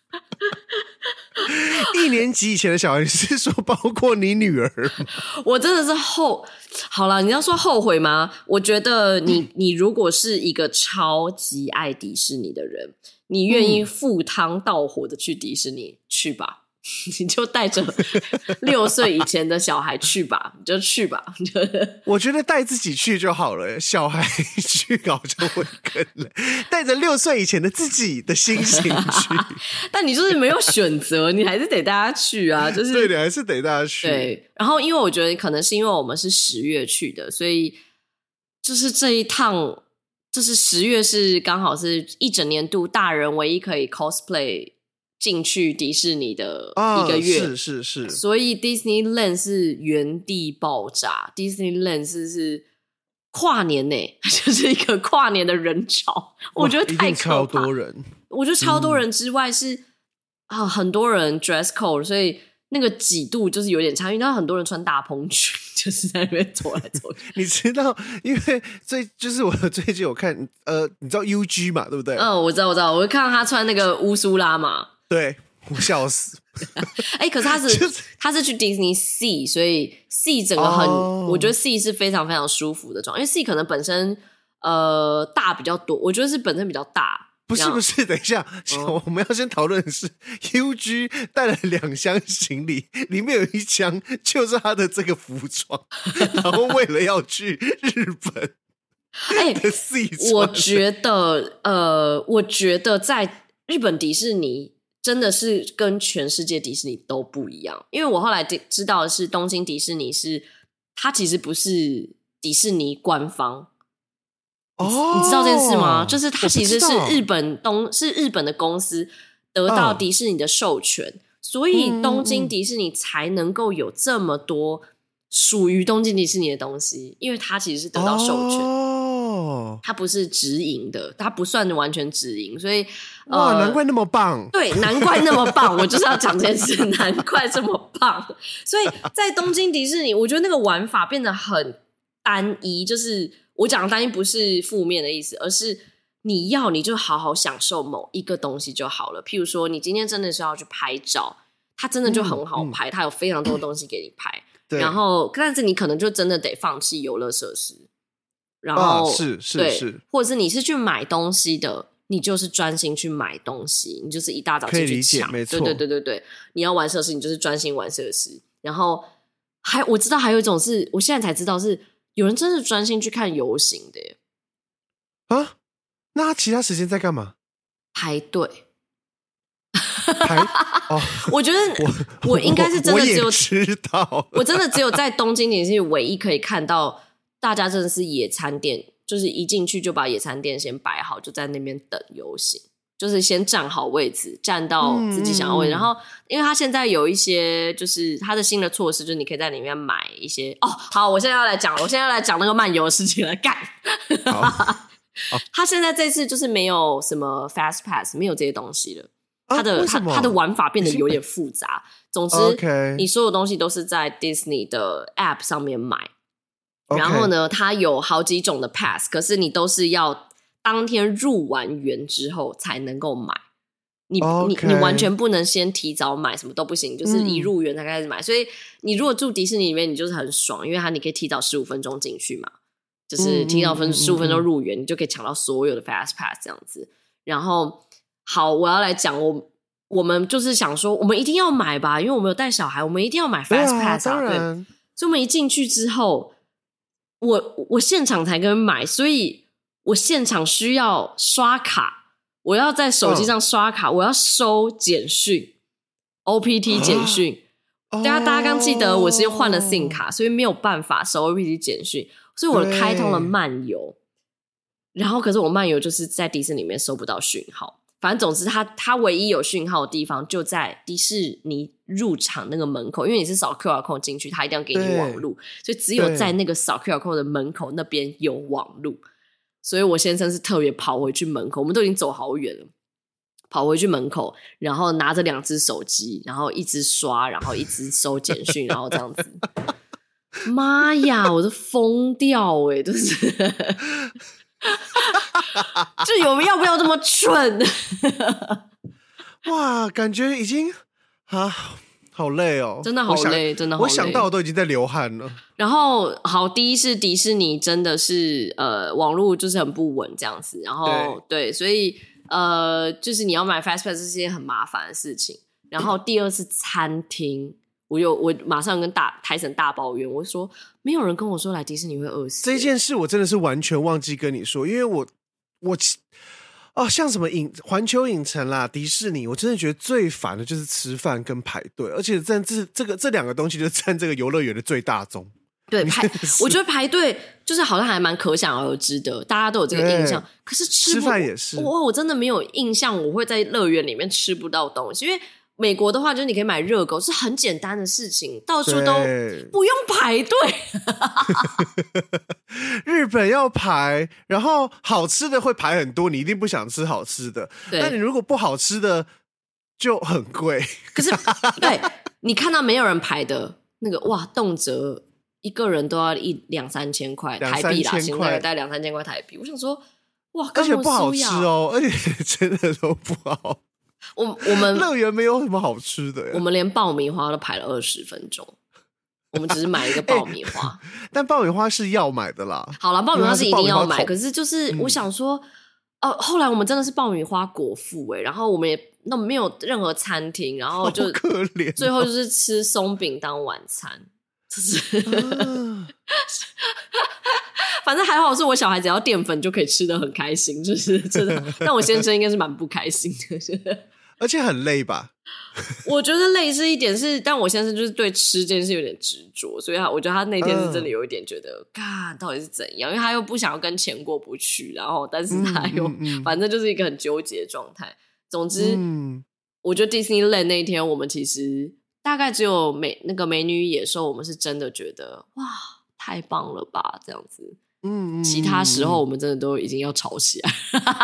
一年级以前的小孩，你是说包括你女儿吗？ 我真的是后好了，你要说后悔吗？我觉得你你如果是一个超级爱迪士尼的人，你愿意赴汤蹈火的去迪士尼，去吧。你就带着六岁以前的小孩去吧，你就去吧。 我觉得带自己去就好了，小孩去好像会更累。带着六岁以前的自己的心情去， 但你就是没有选择，你还是得大家去啊。就是对，你还是得大家去。 对，然后因为我觉得可能是因为我们是十月去的，所以就是这一趟，就是十月是刚好是一整年度大人唯一可以 cosplay。进去迪士尼的一个月， 哦、是是是， 所以 Disneyland 是原地爆炸 ，Disneyland 是是跨年呢，就是一个跨年的人潮，我觉得太可怕， 超多人， 我觉得超多人之外是、嗯、啊，很多人 dress code， 所以那个几度就是有点差，因为很多人穿大蓬裙，就是在那边走来走去。 你知道，因为最就是我最近有看，呃，你知道 U G 嘛，对不对？ 嗯，我知道，我知道，我会看到他穿那个乌苏拉嘛。 对，我笑死。 哎、欸，可是他是、就是、他是去 Disney Sea， 所以 Sea 整个很，哦、我觉得 Sea 是非常非常舒服的装，因为 Sea 可能本身呃大比较多，我觉得是本身比较大。 不是不是，等一下，哦、我们要先讨论的是 U G 带了两箱行李，里面有一箱就是他的这个服装，然后为了要去日本， 哎、欸，我觉得呃，我觉得在日本迪士尼真的是跟全世界迪士尼都不一样，因为我后来知道的是东京迪士尼是它其实不是迪士尼官方， 哦， 你知道这件事吗？就是它其实是我不知道日本东是日本的公司得到迪士尼的授权， 嗯所以东京迪士尼才能够有这么多属于东京迪士尼的东西，因为它其实是得到授权。 哦， 它不是直营的，它不算完全直营，所以哇， 呃， 难怪那么棒。 对，难怪那么棒，我就是要讲这件事，难怪这么棒。所以在东京迪士尼，我觉得那个玩法变得很单一，就是我讲的单一不是负面的意思，而是你要你就好好享受某一个东西就好了。譬如说，你今天真的是要去拍照，它真的就很好拍，嗯嗯、它有非常多东西给你拍。然后，但是你可能就真的得放弃游乐设施。然后、 啊、是是对是， 或者是你是去买东西的，你就是专心去买东西，你就是一大早进去抢， 没错， 对对对对对。你要玩设施，你就是专心玩设施。然后还我知道还有一种是，我现在才知道是有人真是专心去看游行的耶。 啊？那他其他时间在干嘛？ 排队。 排哦， 我觉得我我应该是真的只有知道， 我真的只有在东京迪士尼唯一可以看到。大家真的是野餐店，就是一进去就把野餐店先摆好，就在那边等游行，就是先站好位置，站到自己想要位置。嗯、然后，因为他现在有一些，就是他的新的措施，就是你可以在里面买一些。哦，好，我现在要来讲，我现在要来讲那个漫游的事情了，干。他现在这次就是没有什么 Fast Pass， 没有这些东西了。他的、啊、他他的玩法变得有点复杂。总之， okay. 你所有东西都是在 Disney 的 App 上面买。然后呢，它有好几种的 pass， 可是你都是要当天入完园之后才能够买。你、okay. 你你完全不能先提早买，什么都不行，就是一入园才开始买。嗯、所以你如果住迪士尼里面，你就是很爽，因为它你可以提早十五分钟进去嘛，就是提早分十五分钟入园，你就可以抢到所有的 fast pass 这样子。然后好，我要来讲我我们就是想说，我们一定要买吧，因为我们有带小孩，我们一定要买 fast pass 啊，对。所以我们一进去之后。我我现场才跟买，所以我现场需要刷卡，我要在手机上刷卡，嗯、我要收简讯 O P T 简讯。大家大家刚记得我是换了 SIM 卡，所以没有办法收 O P T 简讯，所以我开通了漫游。然后可是我漫游就是在迪士尼里面收不到讯号。反正总之它它唯一有讯号的地方就在迪士尼入场那个门口，因为你是扫 Q R code 进去，它一定要给你网路，所以只有在那个扫 Q R code 的门口那边有网路。所以我先生是特别跑回去门口，我们都已经走好远了，跑回去门口，然后拿着两只手机，然后一直刷，然后一直收简讯，然后这样子。妈呀，我都疯掉欸，就是就我们要不要这么蠢？ 哇，感觉已经啊，好累哦， 真的好累，真的好累。 我想到我都已经在流汗了。 然后，好，第一是迪士尼真的是呃，网络就是很不稳这样子。然后 对, 对，所以呃，就是你要买 Fast Pass 是件很麻烦的事情。然后第二是餐厅。我有我马上跟大台神大抱怨，我说没有人跟我说来迪士尼会饿死。 这件事我真的是完全忘记跟你说，因为我我哦，像什么影环球影城啦、迪士尼，我真的觉得最烦的就是吃饭跟排队，而且占这这个这两个东西就占这个游乐园的最大宗。 对，排我觉得排队就是好像还蛮可想而知的，大家都有这个印象。可是 吃, 吃饭也是， 我我真的没有印象我会在乐园里面吃不到东西，因为美国的话就是你可以买热狗，是很简单的事情，到处都不用排队。 日本要排，然后好吃的会排很多，你一定不想吃好吃的，但你如果不好吃的就很贵。 可是对，你看到没有人排的那个，哇，动辄一个人都要一两三千块台币啦，现在大概两三千块台币。我想说，哇， 而且不好吃哦，而且真的都不好。 我我们乐园没有什么好吃的， 我们连爆米花都排了二十分钟。我们只是买一个爆米花， 欸、但爆米花是要买的啦。 好啦，爆米花是一定要买，可是就是我想说，哦、嗯呃，后来我们真的是爆米花果腹哎、欸，然后我们也那没有任何餐厅，然后就可怜、哦， 最后就是吃松饼当晚餐，就是。啊反正还好是我小孩只要淀粉就可以吃得很开心，就是真的。但我先生应该是蛮不开心的。 而且很累吧？ 我觉得累是一点是，但我先生就是对吃这件事有点执着，所以他我觉得他那天是真的有一点觉得，干、嗯、到底是怎样？因为他又不想要跟钱过不去，然后但是他又、嗯嗯嗯、反正就是一个很纠结的状态。总之、嗯，我觉得 Disneyland 那一天我们其实大概只有美那个美女野兽，我们是真的觉得哇太棒了吧这样子。嗯，其他时候我们真的都已经要吵起来，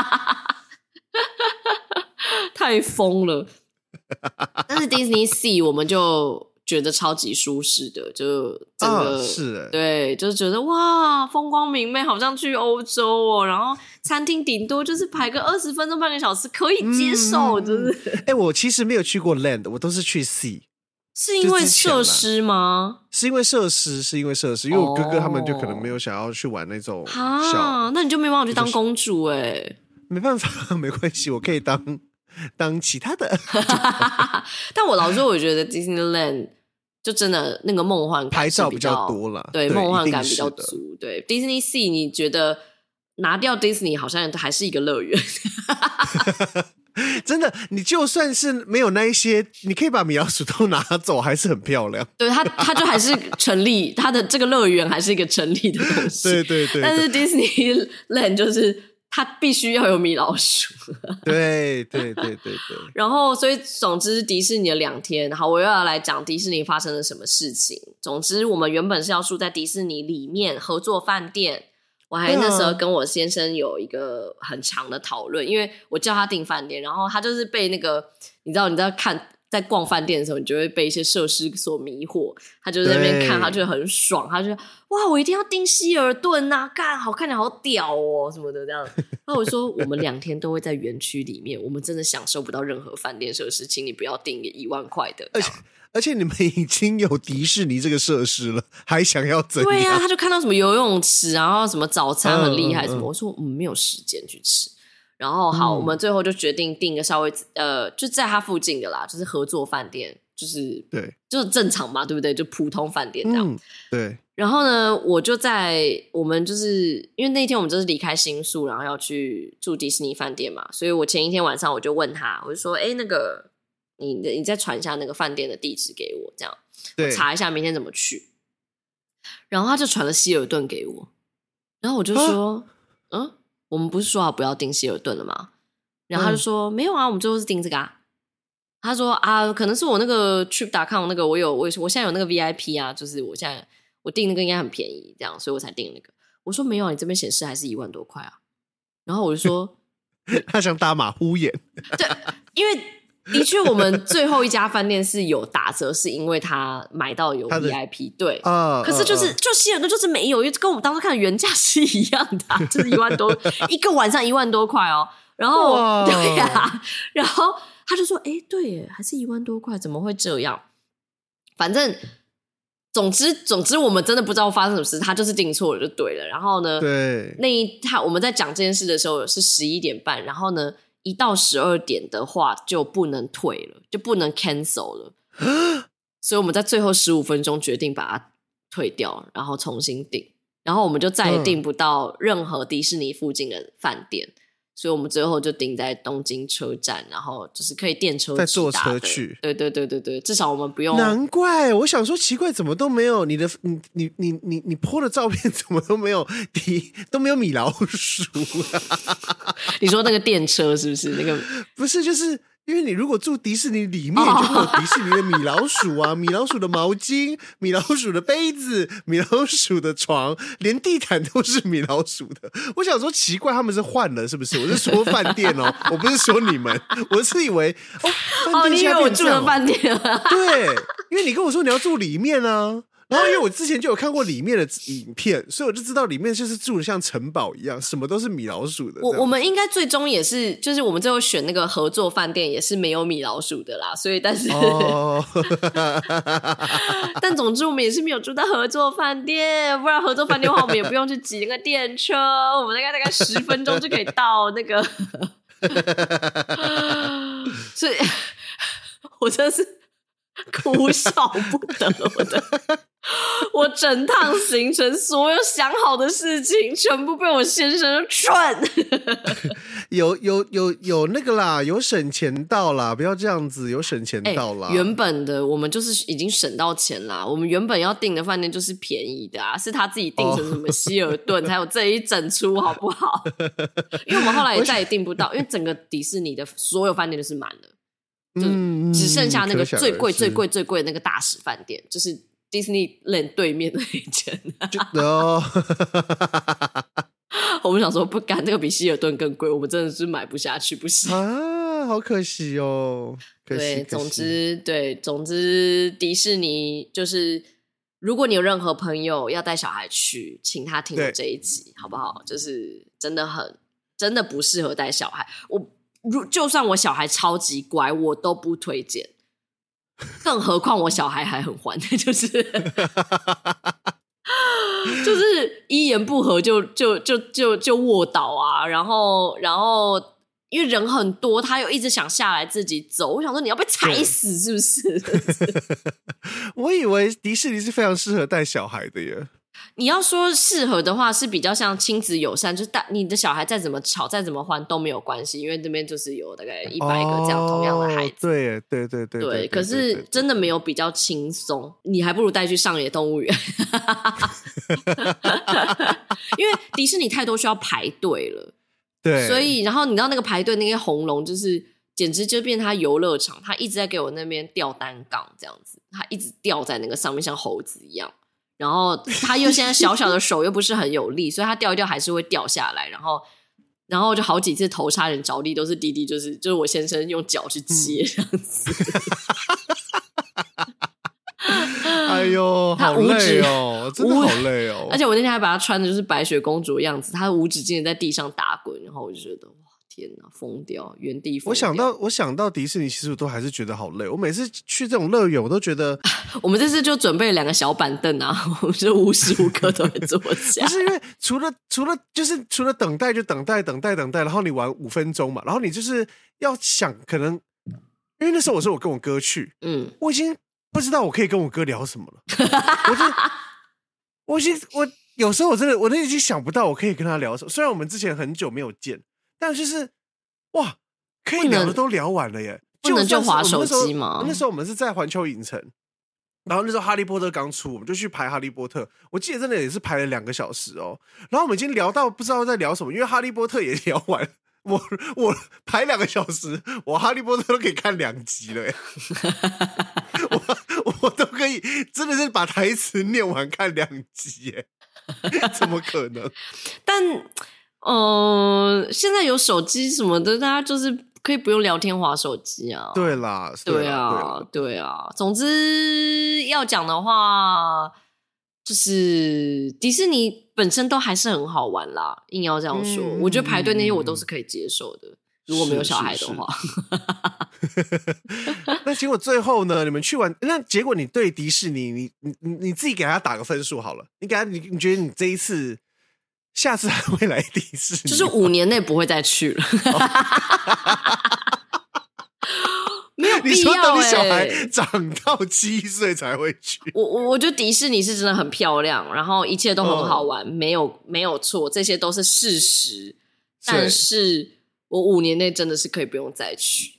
太疯了。但是 Disney Sea 我们就觉得超级舒适的，就整个、 哦、是对，就是觉得哇风光明媚，好像去欧洲哦。然后餐厅顶多就是排个二十分钟半个小时可以接受，嗯、就是哎、欸，我其实没有去过 Land， 我都是去 Sea。 是因为设施吗？ 是因为设施，是因为设施，因为我哥哥他们就可能没有想要去玩那种小， 啊，那你就没办法去当公主哎、欸， 没办法，没关系，我可以当当其他的。 但我老实说，我觉得 Disneyland 就真的那个梦幻感拍照比较多了， 对，梦幻感比较足。对 ，Disney Sea 你觉得拿掉 Disney 好像还是一个乐园。 真的，你就算是没有那一些，你可以把米老鼠都拿走，还是很漂亮。 对，它它就还是成立，它的这个乐园还是一个成立的东西。 对对 对, 对。 但是 Disneyland 就是它必须要有米老鼠。 对对对对对。 然后，所以总之迪士尼的两天，好，我又要来讲迪士尼发生了什么事情。总之，我们原本是要住在迪士尼里面合作饭店。我还那时候跟我先生有一个很长的讨论，因为我叫他订饭店，然后他就是被那个你知道你知道看在逛饭店的时候，你就会被一些设施所迷惑，他就在那边看，他就很爽，他就哇我一定要订希尔顿啊，干好看起来好屌哦什么的这样。然后我说我们两天都会在园区里面，我们真的享受不到任何饭店设施，请你不要订一万块的。 而且而且你们已经有迪士尼这个设施了，还想要怎样？ 对啊，他就看到什么游泳池，然后什么早餐很厉害什么，嗯嗯嗯我说我们没有时间去吃。然后好、嗯，我们最后就决定订个稍微呃，就在他附近的啦，就是合作饭店，就是对， 就是正常嘛，对不对？就普通饭店这样、嗯。 对。 然后呢，我就在我们就是因为那天我们就是离开新宿，然后要去住迪士尼饭店嘛，所以我前一天晚上我就问他，我就说，哎，那个。你你再传一下那个饭店的地址给我，这样我查一下明天怎么去。然后他就传了希尔顿给我，然后我就说，啊、嗯，我们不是说好不要订希尔顿了吗？然后他就说、嗯、没有啊，我们最后是订这个啊。他说啊，可能是我那个 trip 点 com 那个我有我我现在有那个 V I P 啊，就是我现在我订那个应该很便宜，这样，所以我才订那个。我说没有，你这边显示还是一万多块啊。然后我就说， 他想打马虎眼， 对，因为。的确我们最后一家饭店是有打折，是因为他买到有 V I P 对、uh, 可是就是、uh, uh. 就希尔顿就是没有，因为跟我们当时看的原价是一样的、啊、就是一万多一个晚上一万多块哦。然后、wow. 对呀、啊，然后他就说哎，对耶，还是一万多块，怎么会这样？反正总之总之我们真的不知道发生什么事，他就是订错了就对了。然后呢， 对， 那一他我们在讲这件事的时候是十一点半，然后呢一到十二点的话就不能退了，就不能 cancel 了。所以我们在最后十五分钟决定把它退掉，然后重新订，然后我们就再也订不到任何迪士尼附近的饭店、嗯、所以我们最后就订在东京车站，然后就是可以电车再坐车去。 对对对对对，至少我们不用。 难怪我想说奇怪，怎么都没有你的你你你你你 po 的照片怎么都没有都没有米老鼠、啊、 你说那个电车是不是那个？ 不是，就是因为你如果住迪士尼里面就会有迪士尼的米老鼠啊，米老鼠的毛巾，米老鼠的杯子，米老鼠的床，连地毯都是米老鼠的。我想说奇怪，他们是换了是不是？我是说饭店哦，我不是说你们，我是以为哦，饭店现在变这样、哦、 你以为我住的饭店啊？ 对，因为你跟我说你要住里面啊。然后因为我之前就有看过里面的影片，所以我就知道里面就是住的像城堡一样，什么都是米老鼠的。 我我们应该最终也是，就是我们最后选那个合作饭店也是没有米老鼠的啦，所以但是，哦、但总之我们也是没有住到合作饭店，不然合作饭店的话，我们也不用去挤那个电车，我们大概大概十分钟就可以到那个，所以我真的是哭笑不得，我的我整趟行程所有想好的事情全部被我先生劝有有有有那个啦，有省钱到啦，不要这样子，有省钱到啦、 欸、原本的我们就是已经省到钱啦，我们原本要订的饭店就是便宜的啊，是他自己订成什么希尔顿、哦、才有这一整出好不好因为我们后来也再也订不到，因为整个迪士尼的所有饭店都是满了，就只剩下那个最贵最贵最贵的那个大使饭店，就是 Disneyland 对面的一间哦我们想说不干，这个比希尔顿更贵，我们真的是买不下去，不行啊，好可惜哦。可惜对，总之对，总之迪士尼就是，如果你有任何朋友要带小孩去，请他听我这一集，好不好？就是真的很，真的不适合带小孩。我如就算我小孩超级乖，我都不推荐。更何况我小孩还很欢，就是就是一言不合就就就就就卧倒啊，然后然后因为人很多，他又一直想下来自己走，我想说你要被踩死是不是？ 我以为迪士尼是非常适合带小孩的耶。 你要说适合的话，是比较像亲子友善，就是你的小孩再怎么吵再怎么欢都没有关系，因为这边就是有大概一百个这样同样的孩子。 哦、对对对 对, 对, 对, 对，可是真的没有比较轻松，你还不如带去上野动物园。因为迪士尼太多需要排队了， 对， 所以然后你知道那个排队那些红龙，就是简直就变成他游乐场，他一直在给我那边吊单杠这样子，他一直吊在那个上面像猴子一样。然后他又现在小小的手又不是很有力，所以他掉一掉还是会掉下来，然后然后就好几次头差点着地，都是弟弟就是就是我先生用脚去接这样子。 嗯、哎呦，好累哦，真的好累哦！ 而且我那天还把他穿的就是白雪公主的样子，他无止境的在地上打滚，然后我就觉得哇天哪，疯掉，原地疯掉。 我想到我想到迪士尼，其实我都还是觉得好累。我每次去这种乐园，我都觉得我们这次就准备了两个小板凳啊，我们就无时无刻都在坐下。 不是因为除了除了就是除了等待就等待等待等待，然后你玩五分钟嘛，然后你就是要想可能，因为那时候我说我跟我哥去，嗯，我已经不知道我可以跟我哥聊什么了。我就我已经我有时候我真的我都已经想不到我可以跟他聊什么。虽然我们之前很久没有见。但就是哇，可以聊的都聊完了耶！ 不能就滑手机吗？ 那时候我们是在环球影城，然后那时候哈利波特刚出，我们就去排哈利波特。我记得真的也是排了两个小时哦。然后我们已经聊到不知道在聊什么，因为哈利波特也聊完，我我排两个小时，我哈利波特都可以看两集了耶！我我都可以真的是把台词念完看两集耶，怎么可能？ 但。呃，现在有手机什么的，大家就是可以不用聊天滑手机啊。 对啦， 对啊，对啊。总之要讲的话，就是迪士尼本身都还是很好玩啦。硬要这样说，嗯、我觉得排队那些我都是可以接受的。如果没有小孩的话， 是是是那结果最后呢？你们去完，那结果你对迪士尼，你你你自己给他打个分数好了。你给他，你你觉得你这一次？下次还会来迪士尼？ 就是五年内不会再去了。没有必要、欸、你说等你小孩长到七岁才会去。 我我我觉得迪士尼是真的很漂亮，然后一切都很好玩，哦、没有没有错，这些都是事实。但是我五年内真的是可以不用再去。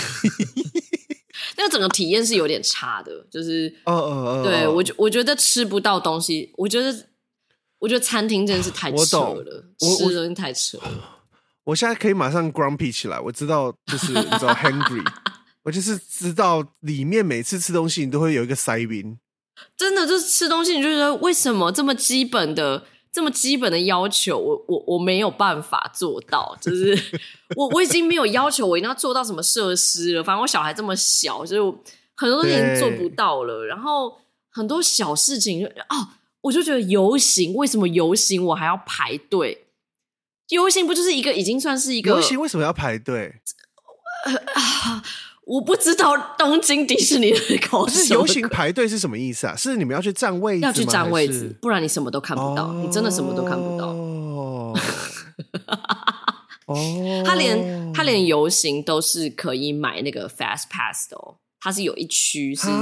那个整个体验是有点差的，就是哦哦哦，对我我觉得吃不到东西，我觉得。我觉得餐厅真的是太扯了，吃真的太扯了。 我现在可以马上 grumpy 起来，我知道就是你知道 hungry， 我就是知道里面每次吃东西你都会有一个塞宾。 真的就是吃东西，你就觉得为什么这么基本的、这么基本的要求，我我我没有办法做到。就是我我已经没有要求我一定要做到什么设施了，反正我小孩这么小，就是我很多东西已经做不到了。然后很多小事情就哦。我就觉得游行为什么游行我还要排队？游行不就是一个已经算是一个游行为什么要排队？ 呃啊，我不知道东京迪士尼的搞什么。是游行排队是什么意思啊？是你们要去占位置吗？ 要去占位置，不然你什么都看不到，哦、你真的什么都看不到。哦，他连他连游行都是可以买那个 Fast Pass 的哦，它是有一区是。啊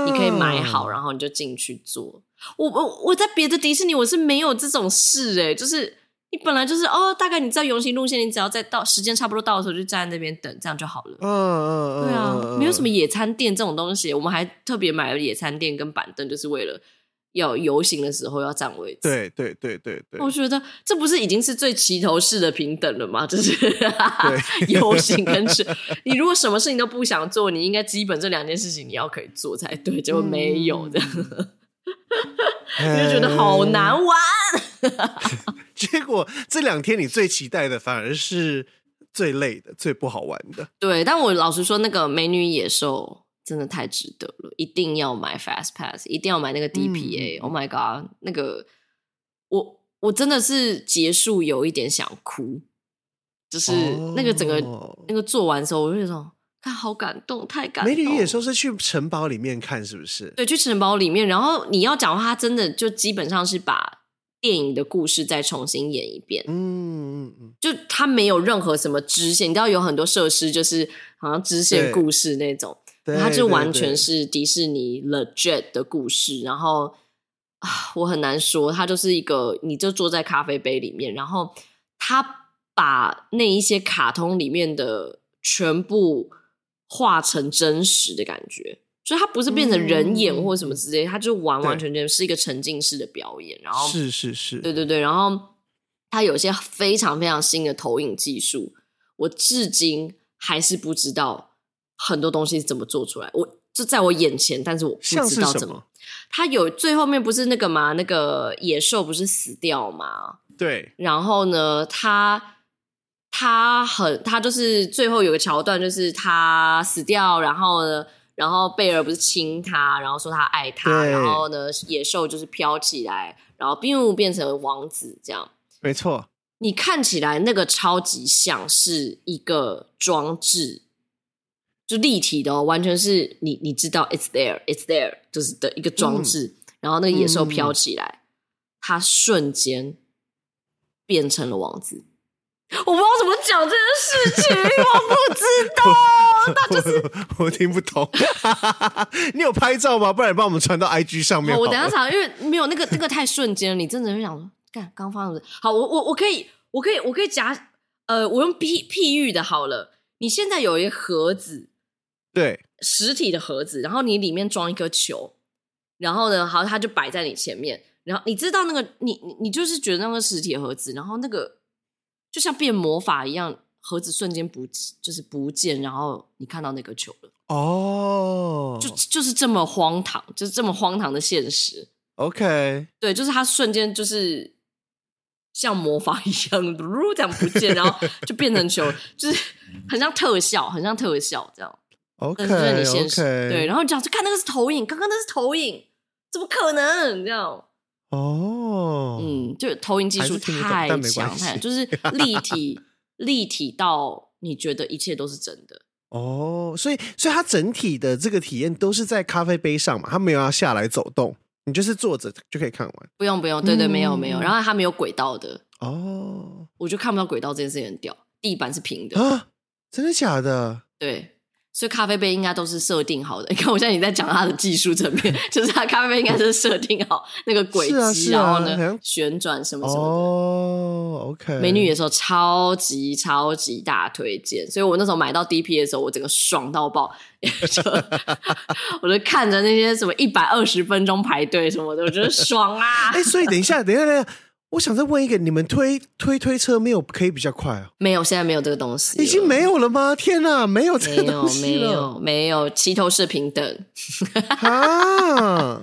你可以买好，然后你就进去坐。我我我在别的迪士尼我是没有这种事哎、欸，就是你本来就是哦，大概你知道游行路线，你只要在到时间差不多到的时候就站在那边等，这样就好了。 嗯嗯对啊，没有什么野餐垫这种东西，我们还特别买了野餐垫跟板凳，就是为了要游行的时候要占位置。 对对对对对， 我觉得这不是已经是最齐头式的平等了吗？就是游行跟吃，你如果什么事情都不想做，你应该基本这两件事情你要可以做才对，结果没有这样。嗯你就觉得好难玩结果这两天你最期待的反而是最累的最不好玩的。 对，但我老实说那个美女野兽真的太值得了，一定要买 Fast Pass， 一定要买那个 D P A、嗯、Oh my god， 那个我我真的是结束有一点想哭，就是那个整个、哦、那个做完的时候我就说看好感动，太感动。 美女野兽是去城堡里面看是不是？ 对，去城堡里面，然后你要讲的话它真的就基本上是把电影的故事再重新演一遍。嗯嗯嗯，就它没有任何什么支线，你知道有很多设施就是好像支线故事那种，它就完全是迪士尼 legit 的故事。然后啊，我很难说，它就是一个你就坐在咖啡杯里面，然后它把那一些卡通里面的全部画成真实的感觉，所以它不是变成人演或什么之类、嗯、它就完完全全是一个沉浸式的表演。然后是是是， 对对对，然后它有些非常非常新的投影技术，我至今还是不知道很多东西是怎么做出来，我就在我眼前，但是我不知道怎么。它有最后面不是那个吗？那个野兽不是死掉吗？ 对， 然后呢，它。他很，他就是最后有个桥段，就是他死掉，然后呢，然后贝尔不是亲他，然后说他爱他，然后呢，野兽就是飘起来，然后并变成王子，这样。 没错， 你看起来那个超级像是一个装置，就立体的哦，完全是你你知道 it's there it's there 就是的一个装置、嗯、然后那个野兽飘起来、嗯、他瞬间变成了王子。我不知道怎么讲这件事情，我不知道，他就是我, 我听不懂。你有拍照吗？不然你帮我们传到 I G 上面好了。 我等一下查，因为没有那个那个太瞬间了，你真的会想说，干刚发生的。好，我我我可以，我可以，我可以假，呃，我用譬譬喻的好了。你现在有一个盒子， 对， 实体的盒子，然后你里面装一颗球，然后呢，好，它就摆在你前面，然后你知道那个，你你你就是觉得那个实体的盒子，然后那个。就像变魔法一样，盒子瞬间不就是不见，然后你看到那个球了。哦，就就是这么荒唐，就是这么荒唐的现实。 OK， 对，就是它瞬间就是像魔法一样，这样不见，然后就变成球，就是很像特效，很像特效这样。 OK， 但是你现实 okay. 对，然后你讲就看那个是投影，刚刚那是投影，怎么可能这样？哦，嗯，就投影技术太强，太就是立体，立体到你觉得一切都是真的。 哦，所以，所以它整体的这个体验都是在咖啡杯上嘛，它没有要下来走动，你就是坐着就可以看完。 不用，不用，对对，没有，没有。然后它没有轨道的。哦，我就看不到轨道这件事情很屌，地板是平的啊？真的假的？ 对。所以咖啡杯应该都是设定好的。你看，我现在已经在讲它的技术层面，就是它咖啡杯应该是设定好那个轨迹、啊啊，然后呢旋转什么什么的。 哦 ，OK。 美女野兽超级超级大推荐，所以我那时候买到 D P 的时候，我整个爽到爆，就我就看着那些什么一百二十分钟排队什么的，我觉得爽啊！ 哎、欸，所以等一下，等一下，等一下。我想再问一个，你们推推推车没有可以比较快啊？ 没有，现在没有这个东西， 已经没有了吗？天哪，没有这个东西了， 没有，没有，齐头式平等啊！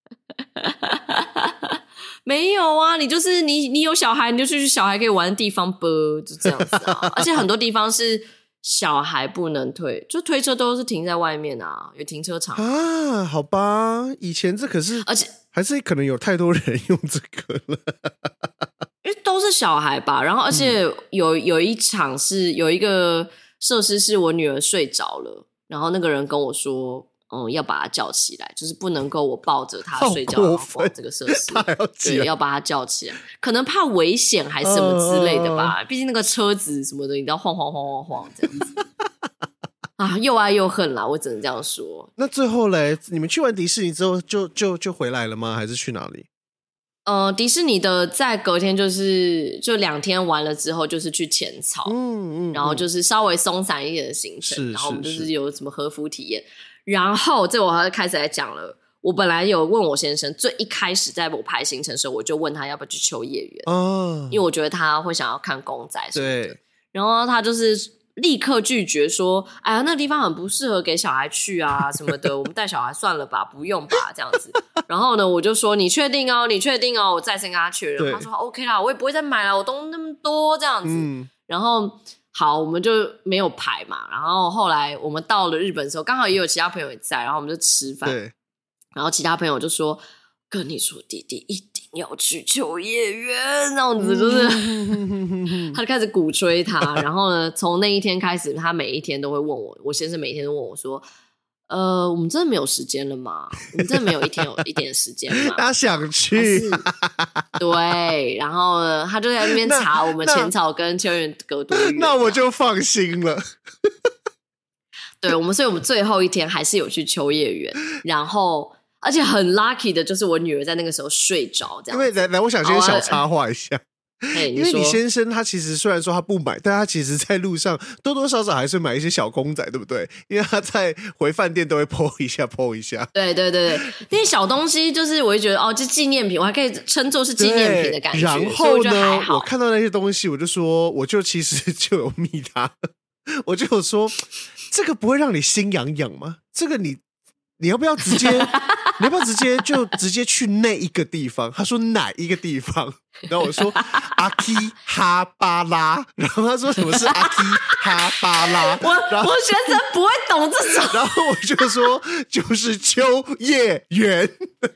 没有啊，你就是你，你有小孩，你就去小孩可以玩的地方啵，就这样子啊。而且很多地方是小孩不能推，就推车都是停在外面啊，有停车场啊。好吧，以前这可是， 而且。 还是可能有太多人用这个了， 因为都是小孩吧。然后，而且有有一场是有一个设施是我女儿睡着了，然后那个人跟我说，嗯，要把她叫起来，就是不能够我抱着她睡觉然后这个设施，对，要把她叫起来，可能怕危险还是什么之类的吧。毕竟那个车子什么的，你知道晃晃晃晃晃这样子。 啊，又爱又恨啦，我只能这样说。 那最后嘞，你们去完迪士尼之后就就就回来了吗？还是去哪里？ 呃，迪士尼的在隔天就是就两天完了之后，就是去浅草，嗯嗯，然后就是稍微松散一点的行程，然后我们就是有什么和服体验。然后这我还开始来讲了。我本来有问我先生，最一开始在我排行程的时候，我就问他要不要去秋叶原，哦，因为我觉得他会想要看公仔什么的。对，然后他就是立刻拒绝说：“哎呀，那个地方很不适合给小孩去啊，什么的，我们带小孩算了吧，不用吧，这样子。”然后呢，我就说：“你确定哦？你确定哦？”我再次跟他确认，他说 ：“OK 啦，我也不会再买了，我东那么多这样子。嗯”然后好，我们就没有排嘛。然后后来我们到了日本的时候，刚好也有其他朋友也在，然后我们就吃饭。对。然后其他朋友就说：“跟你说，弟弟一定要去秋叶原。”这样子就是，他就开始鼓吹他。然后呢，从那一天开始，他每一天都会问我，我先生每一天都问我说：“呃，我们真的没有时间了吗？我们真的没有一天有一点时间吗？” 他想去， 对。然后呢，他就在那边查我们浅草跟秋叶原隔多远， 那我就放心了。 对，我们，所以我们最后一天还是有去秋叶原，然后。而且很 lucky 的就是我女儿在那个时候睡着，这样。因为来来，我想先小插话一下， 欸、 因为你先生他其实虽然说他不买，但他其实在路上多多少少还是买一些小公仔，对不对？因为他在回饭店都会 po 一下 po 一下。 对对对对，那些小东西就是我会觉得哦，这纪念品，我还可以称作是纪念品的感觉。 然后呢， 我, 我看到那些东西，我就说，我就其实就有密他，我就有说，这个不会让你心痒痒吗？这个你你要不要直接？你要不要直接就直接去那一个地方？他说哪一个地方？然后我说阿基哈巴拉，然后他说什么是阿基哈巴拉？ 我我学生不会懂这种， 然后我就说就是秋叶原，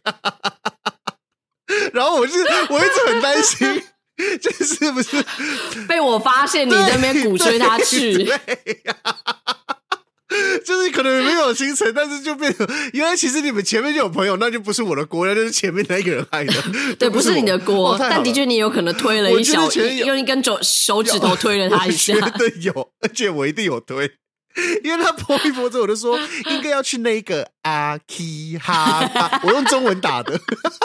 然后我是我一直很担心，这是不是被我发现你在那边鼓吹他去？ 对对啊就是可能没有行程，但是就变成原来其实你们前面就有朋友，那就不是我的锅，那就是前面那一个人害的。 对，不是你的锅， 哦、 但的确你有可能推了一小，用一根手手指头推了他一下。 我觉得有，而且我一定有推，因为他播一播之后，我就说应该要去那个阿基哈巴，我用中文打的。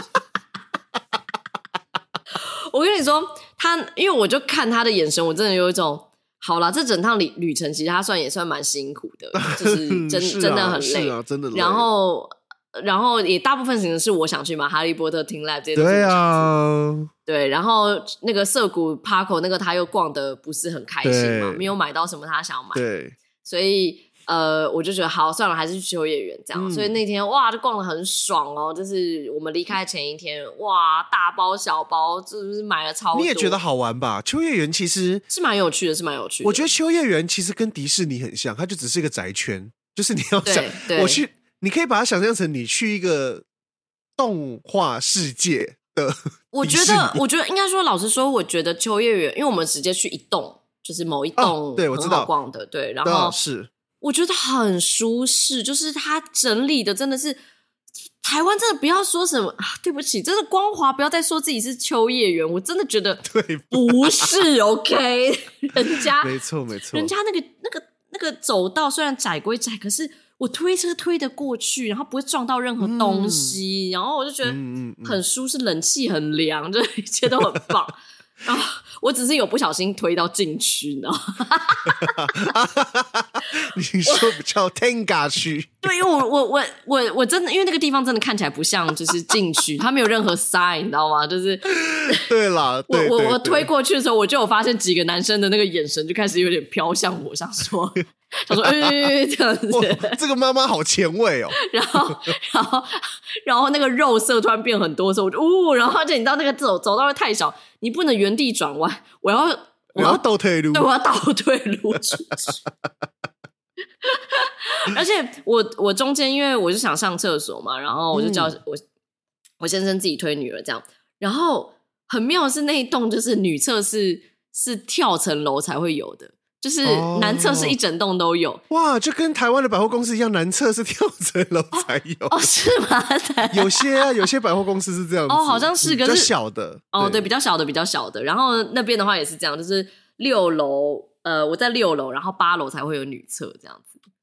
我跟你说，他因为我就看他的眼神，我真的有一种。好啦，这整趟旅旅程其实他算也算蛮辛苦的，就是真是、啊、真的很累， 啊、真的累。 然后，然后也大部分行程是我想去嘛，哈利波特、听 live 这些都是对啊， 对。然后那个涩谷 Parco 那个他又逛得不是很开心嘛，没有买到什么他想买， 对， 所以呃，我就觉得好算了，还是去秋叶原这样、嗯。所以那天哇，就逛得很爽哦。就是我们离开前一天，哇，大包小包，就是买了超多。 你也觉得好玩吧？秋叶原其实是蛮有趣的，是蛮有趣的。 我觉得秋叶原其实跟迪士尼很像，它就只是一个宅圈，就是你要想我去，你可以把它想象成你去一个动画世界的。 我觉得，我觉得应该说，老实说，我觉得秋叶原，因为我们直接去一栋，就是某一栋、哦， 对我知道逛的，对，然后是。 我觉得很舒适，就是它整理的真的是台湾，真的不要说什么、啊、对不起，真的光华不要再说自己是秋叶原，我真的觉得对不是 OK， 人家没错没错， 人家那个那个那个走道虽然窄归窄，可是我推车推得过去，然后不会撞到任何东西，嗯、然后我就觉得很舒适，冷气很凉，就一切都很棒。然后我只是有不小心推到禁区，你知道吗？ 你说叫 Tenga 区？ 对，因为我我我我我真的，因为那个地方真的看起来不像就是禁区，它没有任何 sign， 你知道吗？就是对啦，对我我我推过去的时候，我就有发现几个男生的那个眼神就开始有点飘向我，想说想说哎、欸、这样子， 这个妈妈好前卫哦。 然后然后然后那个肉色突然变很多的时候，我就呜，然后而且你知道那个走走道会太小，你不能原地转弯，我要我要倒退路， 对，我要倒退路出去。而且我我中间因为我就想上厕所嘛，然后我就叫我、嗯、我先生自己推女儿这样，然后很妙的是那一栋就是女厕是是跳层楼才会有的，就是男厕是一整栋都有、哦、 哇，就跟台湾的百货公司一样，男厕是跳层楼才有哦, 哦是吗？ 有些啊，有些百货公司是这样子哦，好像是，可是比较小的哦，对，比较小的比较小的，然后那边的话也是这样，就是六楼呃我在六楼，然后八楼才会有女厕这样子。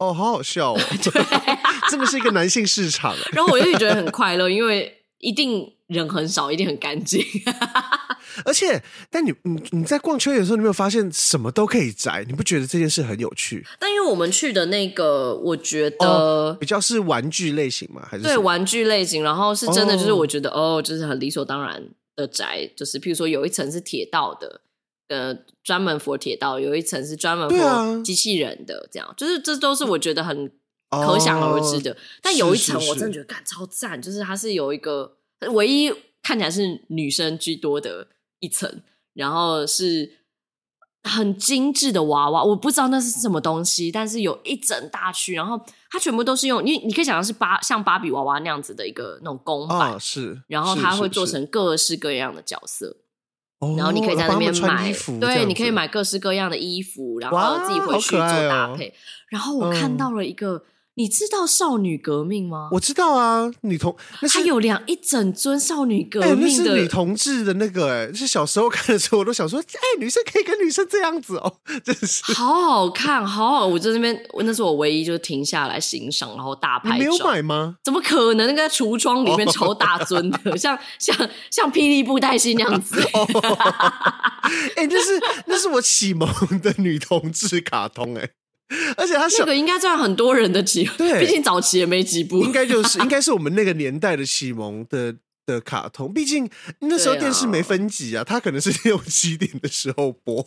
哦，好好笑哦， 对， 真的是一个男性市场。 然后我就觉得很快乐，因为一定人很少，一定很干净。 而且，但你你你在逛秋叶的时候，你有没有发现什么都可以摘？你不觉得这件事很有趣？ 但因为我们去的那个，我觉得、 哦、比较是玩具类型嘛，还是对玩具类型，然后是真的就是我觉得 哦, 哦，就是很理所当然的宅，就是譬如说有一层是铁道的，呃，专门 for 铁道，有一层是专门 for 机器人的，这样就是这都是我觉得很可想而知的。哦、但有一层我真的觉得干超赞，就是它是有一个唯一看起来是女生居多的一层，然后是很精致的娃娃，我不知道那是什么东西，但是有一整大区，然后它全部都是用，你你可以想象是芭像芭比娃娃那样子的一个那种公版、 哦、是， 然后它会做成各式各样的角色，然后你可以在那边买，对，你可以买各式各样的衣服，然后自己回去做搭配。哦、然后我看到了一个。嗯你知道少女革命吗？ 我知道啊，女同那是它有两一整尊少女革命的， 欸、那是女同志的那个、欸，哎，是小时候看的时候，我都想说，哎、欸，女生可以跟女生这样子哦，真是好好看，好好。我在那边，那是我唯一就是停下来欣赏，然后大拍照。 你没有买吗？ 怎么可能？那个在橱窗里面超大尊的，哦、像像像霹雳布袋戏那样子。 哎、欸，那是那是我启蒙的女同志卡通、欸，哎。而且他那个应该占很多人的启蒙， 对， 毕竟早期也没几部， 应该就是应该是我们那个年代的启蒙的的卡通，毕竟那时候电视没分级啊，它可能是六七点的时候播，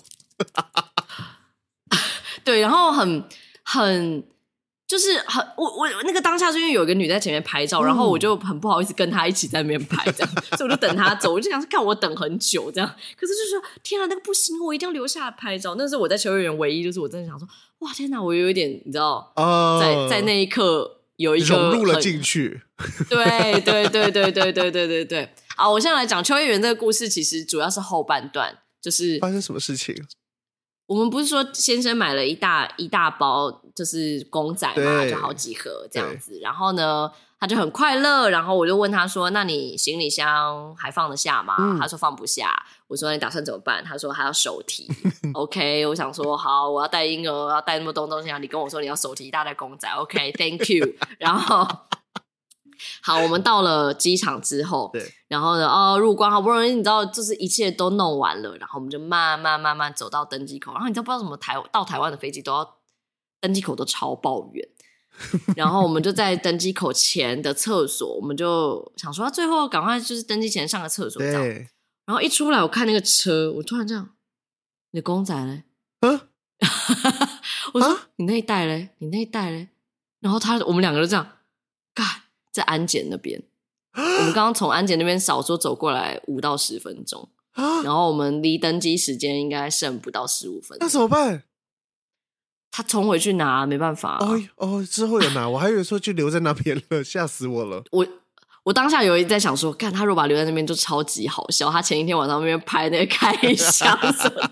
对，然后很很就是很我我那个当下是因为有一个女在前面拍照，嗯、然后我就很不好意思跟她一起在那边拍，这样，所以我就等她走，我就想说看我等很久这样，可是就说天啊，那个不行，我一定要留下来拍照。那是我在秋叶原唯一，就是我真的想说。哇天哪！我有一点，你知道，呃、在在那一刻有一个融入了进去。 对对对对对对对对对。好，我现在来讲秋叶原这个故事，其实主要是后半段，就是发生什么事情？ 我们不是说先生买了一大一大包，就是公仔嘛，就好几盒这样子，然后呢。他就很快乐，然后我就问他说：“那你行李箱还放得下吗？”嗯、他说放不下。我说：“你打算怎么办？”他说：“还要手提。”OK， 我想说好，我要带婴儿，我要带那么多东西，你跟我说你要手提一大袋公仔 ，OK，Thank you。然后好，我们到了机场之后， 对， 然后呢，哦，入关好不容易，你知道，就是一切都弄完了，然后我们就慢慢慢慢走到登机口，然后你知道不知道什么台到台湾的飞机都要登机口都超爆远。然后我们就在登机口前的厕所，我们就想说最后赶快就是登机前上个厕所这样。然后一出来我看那个车，我突然这样，你的公仔嘞？嗯，我说、啊、你那一袋嘞？你那一袋嘞？然后他我们两个就这样，干在安检那边，我们刚刚从安检那边少说走过来五到十分钟，然后我们离登机时间应该剩不到十五分钟， 那怎么办？ 他冲回去拿，没办法、啊。 哦哦，之后有拿，我还以为说就留在那边了，吓死我了。 我我当下有一在想说，看他如果把他留在那边，就超级好笑。他前一天晚上那边拍那个开箱什么的，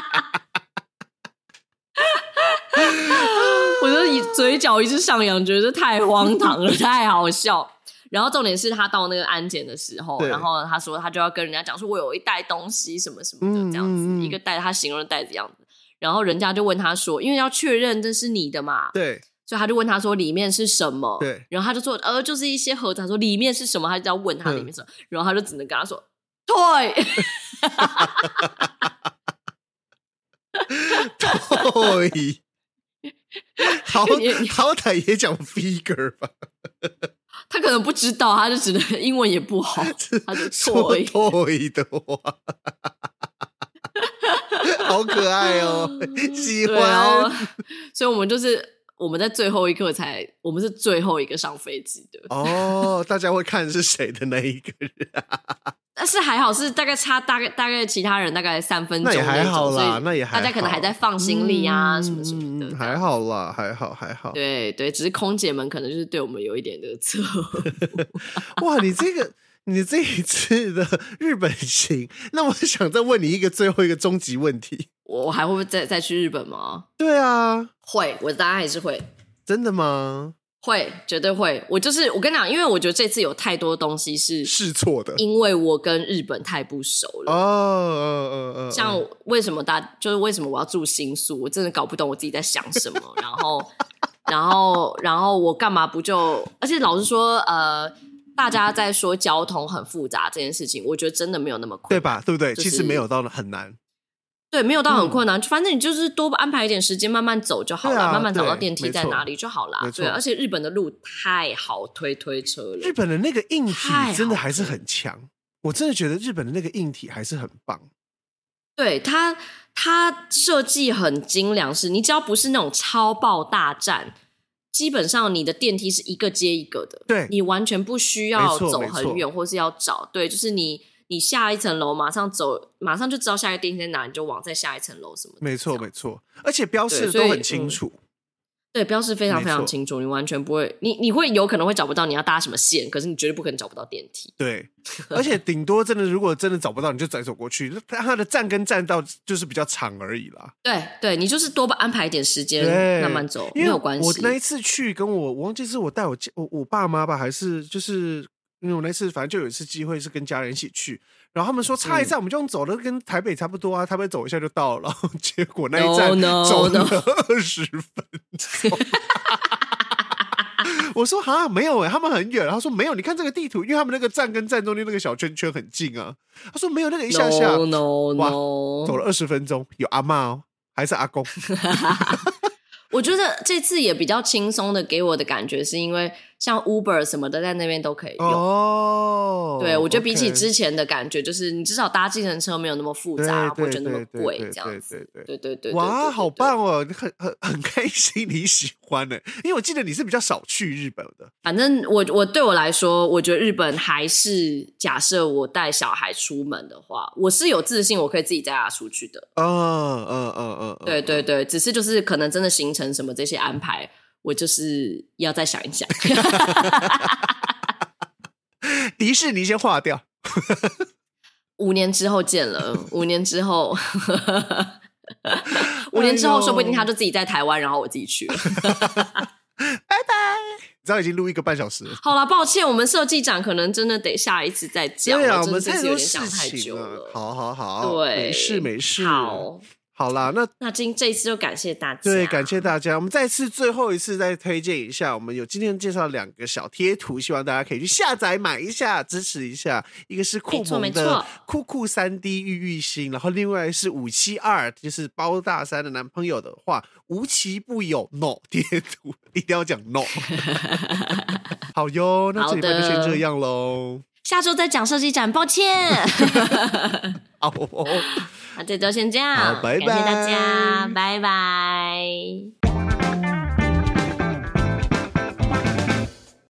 我就以嘴角一直上扬，觉得太荒唐了，太好笑。然后重点是他到那个安检的时候，然后他说他就要跟人家讲说，我有一袋东西什么什么的这样子，嗯嗯嗯一个袋他形容的袋子样子。然后人家就问他说，因为要确认这是你的嘛， 对， 所以他就问他说里面是什么， 对， 然后他就说呃就是一些盒子，他说里面是什么，他就要问他里面是什么，然后他就只能跟他说 toy toy 好好歹也讲 figure 吧。 他可能不知道，他就只能英文也不好，他就 toy toy 的话好可爱哦，喜欢、哦。 所以我们就是我们在最后一刻才，我们是最后一个上飞机的哦。大家会看是谁的那一个人， 但是还好是大概差大概大概其他人大概三分钟， 那也还好啦，那也还好， 大家可能还在放行李啊、嗯、什么什么的， 还好啦，还好还好。 对对，只是空姐们可能就是对我们有一点的侧目。 哇，你这个。你这一次的日本行，那我想再问你一个最后一个终极问题： 我还会不会再再去日本吗？ 对啊， 会，我答案还是会。 真的吗？ 会，绝对会。我就是我跟你讲，因为我觉得这次有太多东西是试错的， 因为我跟日本太不熟了。哦哦哦哦，像为什么大就是为什么我要住新宿，我真的搞不懂我自己在想什么。然后然后然后我干嘛不就，而且老实说呃大家在说交通很复杂这件事情，我觉得真的没有那么困难， 对吧？对不对？ 就是、 其实没有到很难。 对，没有到很困难、嗯、反正你就是多安排一点时间慢慢走就好了、 啊、 慢慢找到电梯在哪里就好了。对，而且日本的路太好推推车了， 日本的那个硬体真的还是很强，我真的觉得日本的那个硬体还是很棒。 对，它它设计很精良，是你只要不是那种超爆大站，基本上你的电梯是一个接一个的， 对， 你完全不需要走很远或是要找，对，就是你你下一层楼马上走，马上就知道下一个电梯在哪，你就往再下一层楼什么的。 没错没错，而且标示都很清楚。 对，标示非常非常清楚，你完全不会，你你会有可能会找不到你要搭什么线，可是你绝对不可能找不到电梯。对， 而且顶多真的如果真的找不到，你就再走过去，它的站跟站道就是比较长而已啦。 对对，你就是多安排一点时间慢慢走，没有关系。 我那一次去跟我我忘记是我带我我我爸妈吧，还是就是因为我那次反正就有一次机会是跟家人一起去。然后他们说差一站我们就用走的，跟台北差不多啊，台北走一下就到了。然后结果那一站走了二十分钟。我说哈没有哎、欸，他们很远。他说没有，你看这个地图，因为他们那个站跟站中间那个小圈圈很近啊。他说没有，那个一下下 no, no, no. 哇，走了二十分钟，有阿嬷哦，还是阿公？ 我觉得这次也比较轻松的，给我的感觉是因为像 Uber 什么的在那边都可以用。哦，对，我觉得比起之前的感觉，就是你至少搭计程车没有那么复杂，或者那么贵，这样子。对对对对， 哇，好棒哦，很很很开心你喜欢呢，因为我记得你是比较少去日本的。 反正我我对我来说，我觉得日本还是假设我带小孩出门的话，我是有自信我可以自己带他出去的。 嗯嗯嗯嗯， 对对对，只是就是可能真的行程什么这些安排。我就是要再想一想。 迪士尼先划掉。 五年之后见了，五年之后，五年之后说不定他就自己在台湾，然后我自己去了。 拜拜。你知道已经录一个半小时了。 好啦，抱歉，我们设计展可能真的得下一次再讲。 对啊， 我们太多事情了。好好好， 对， 没事没事。 好。 好啦，那那今这一次就感谢大家， 对，感谢大家。我们再次最后一次再推荐一下，我们有今天介绍两个小贴图，希望大家可以去下载买一下，支持一下。一个是酷萌的酷酷 三 D 郁郁心，然后另外是五七二，就是包大山的男朋友的话，无奇不有 no 贴图，一定要讲 no。好哟，那这礼拜就先这样咯， 下周再讲设计展，抱歉。 好哦。 那这周先这样， 拜拜， 感谢大家，拜拜。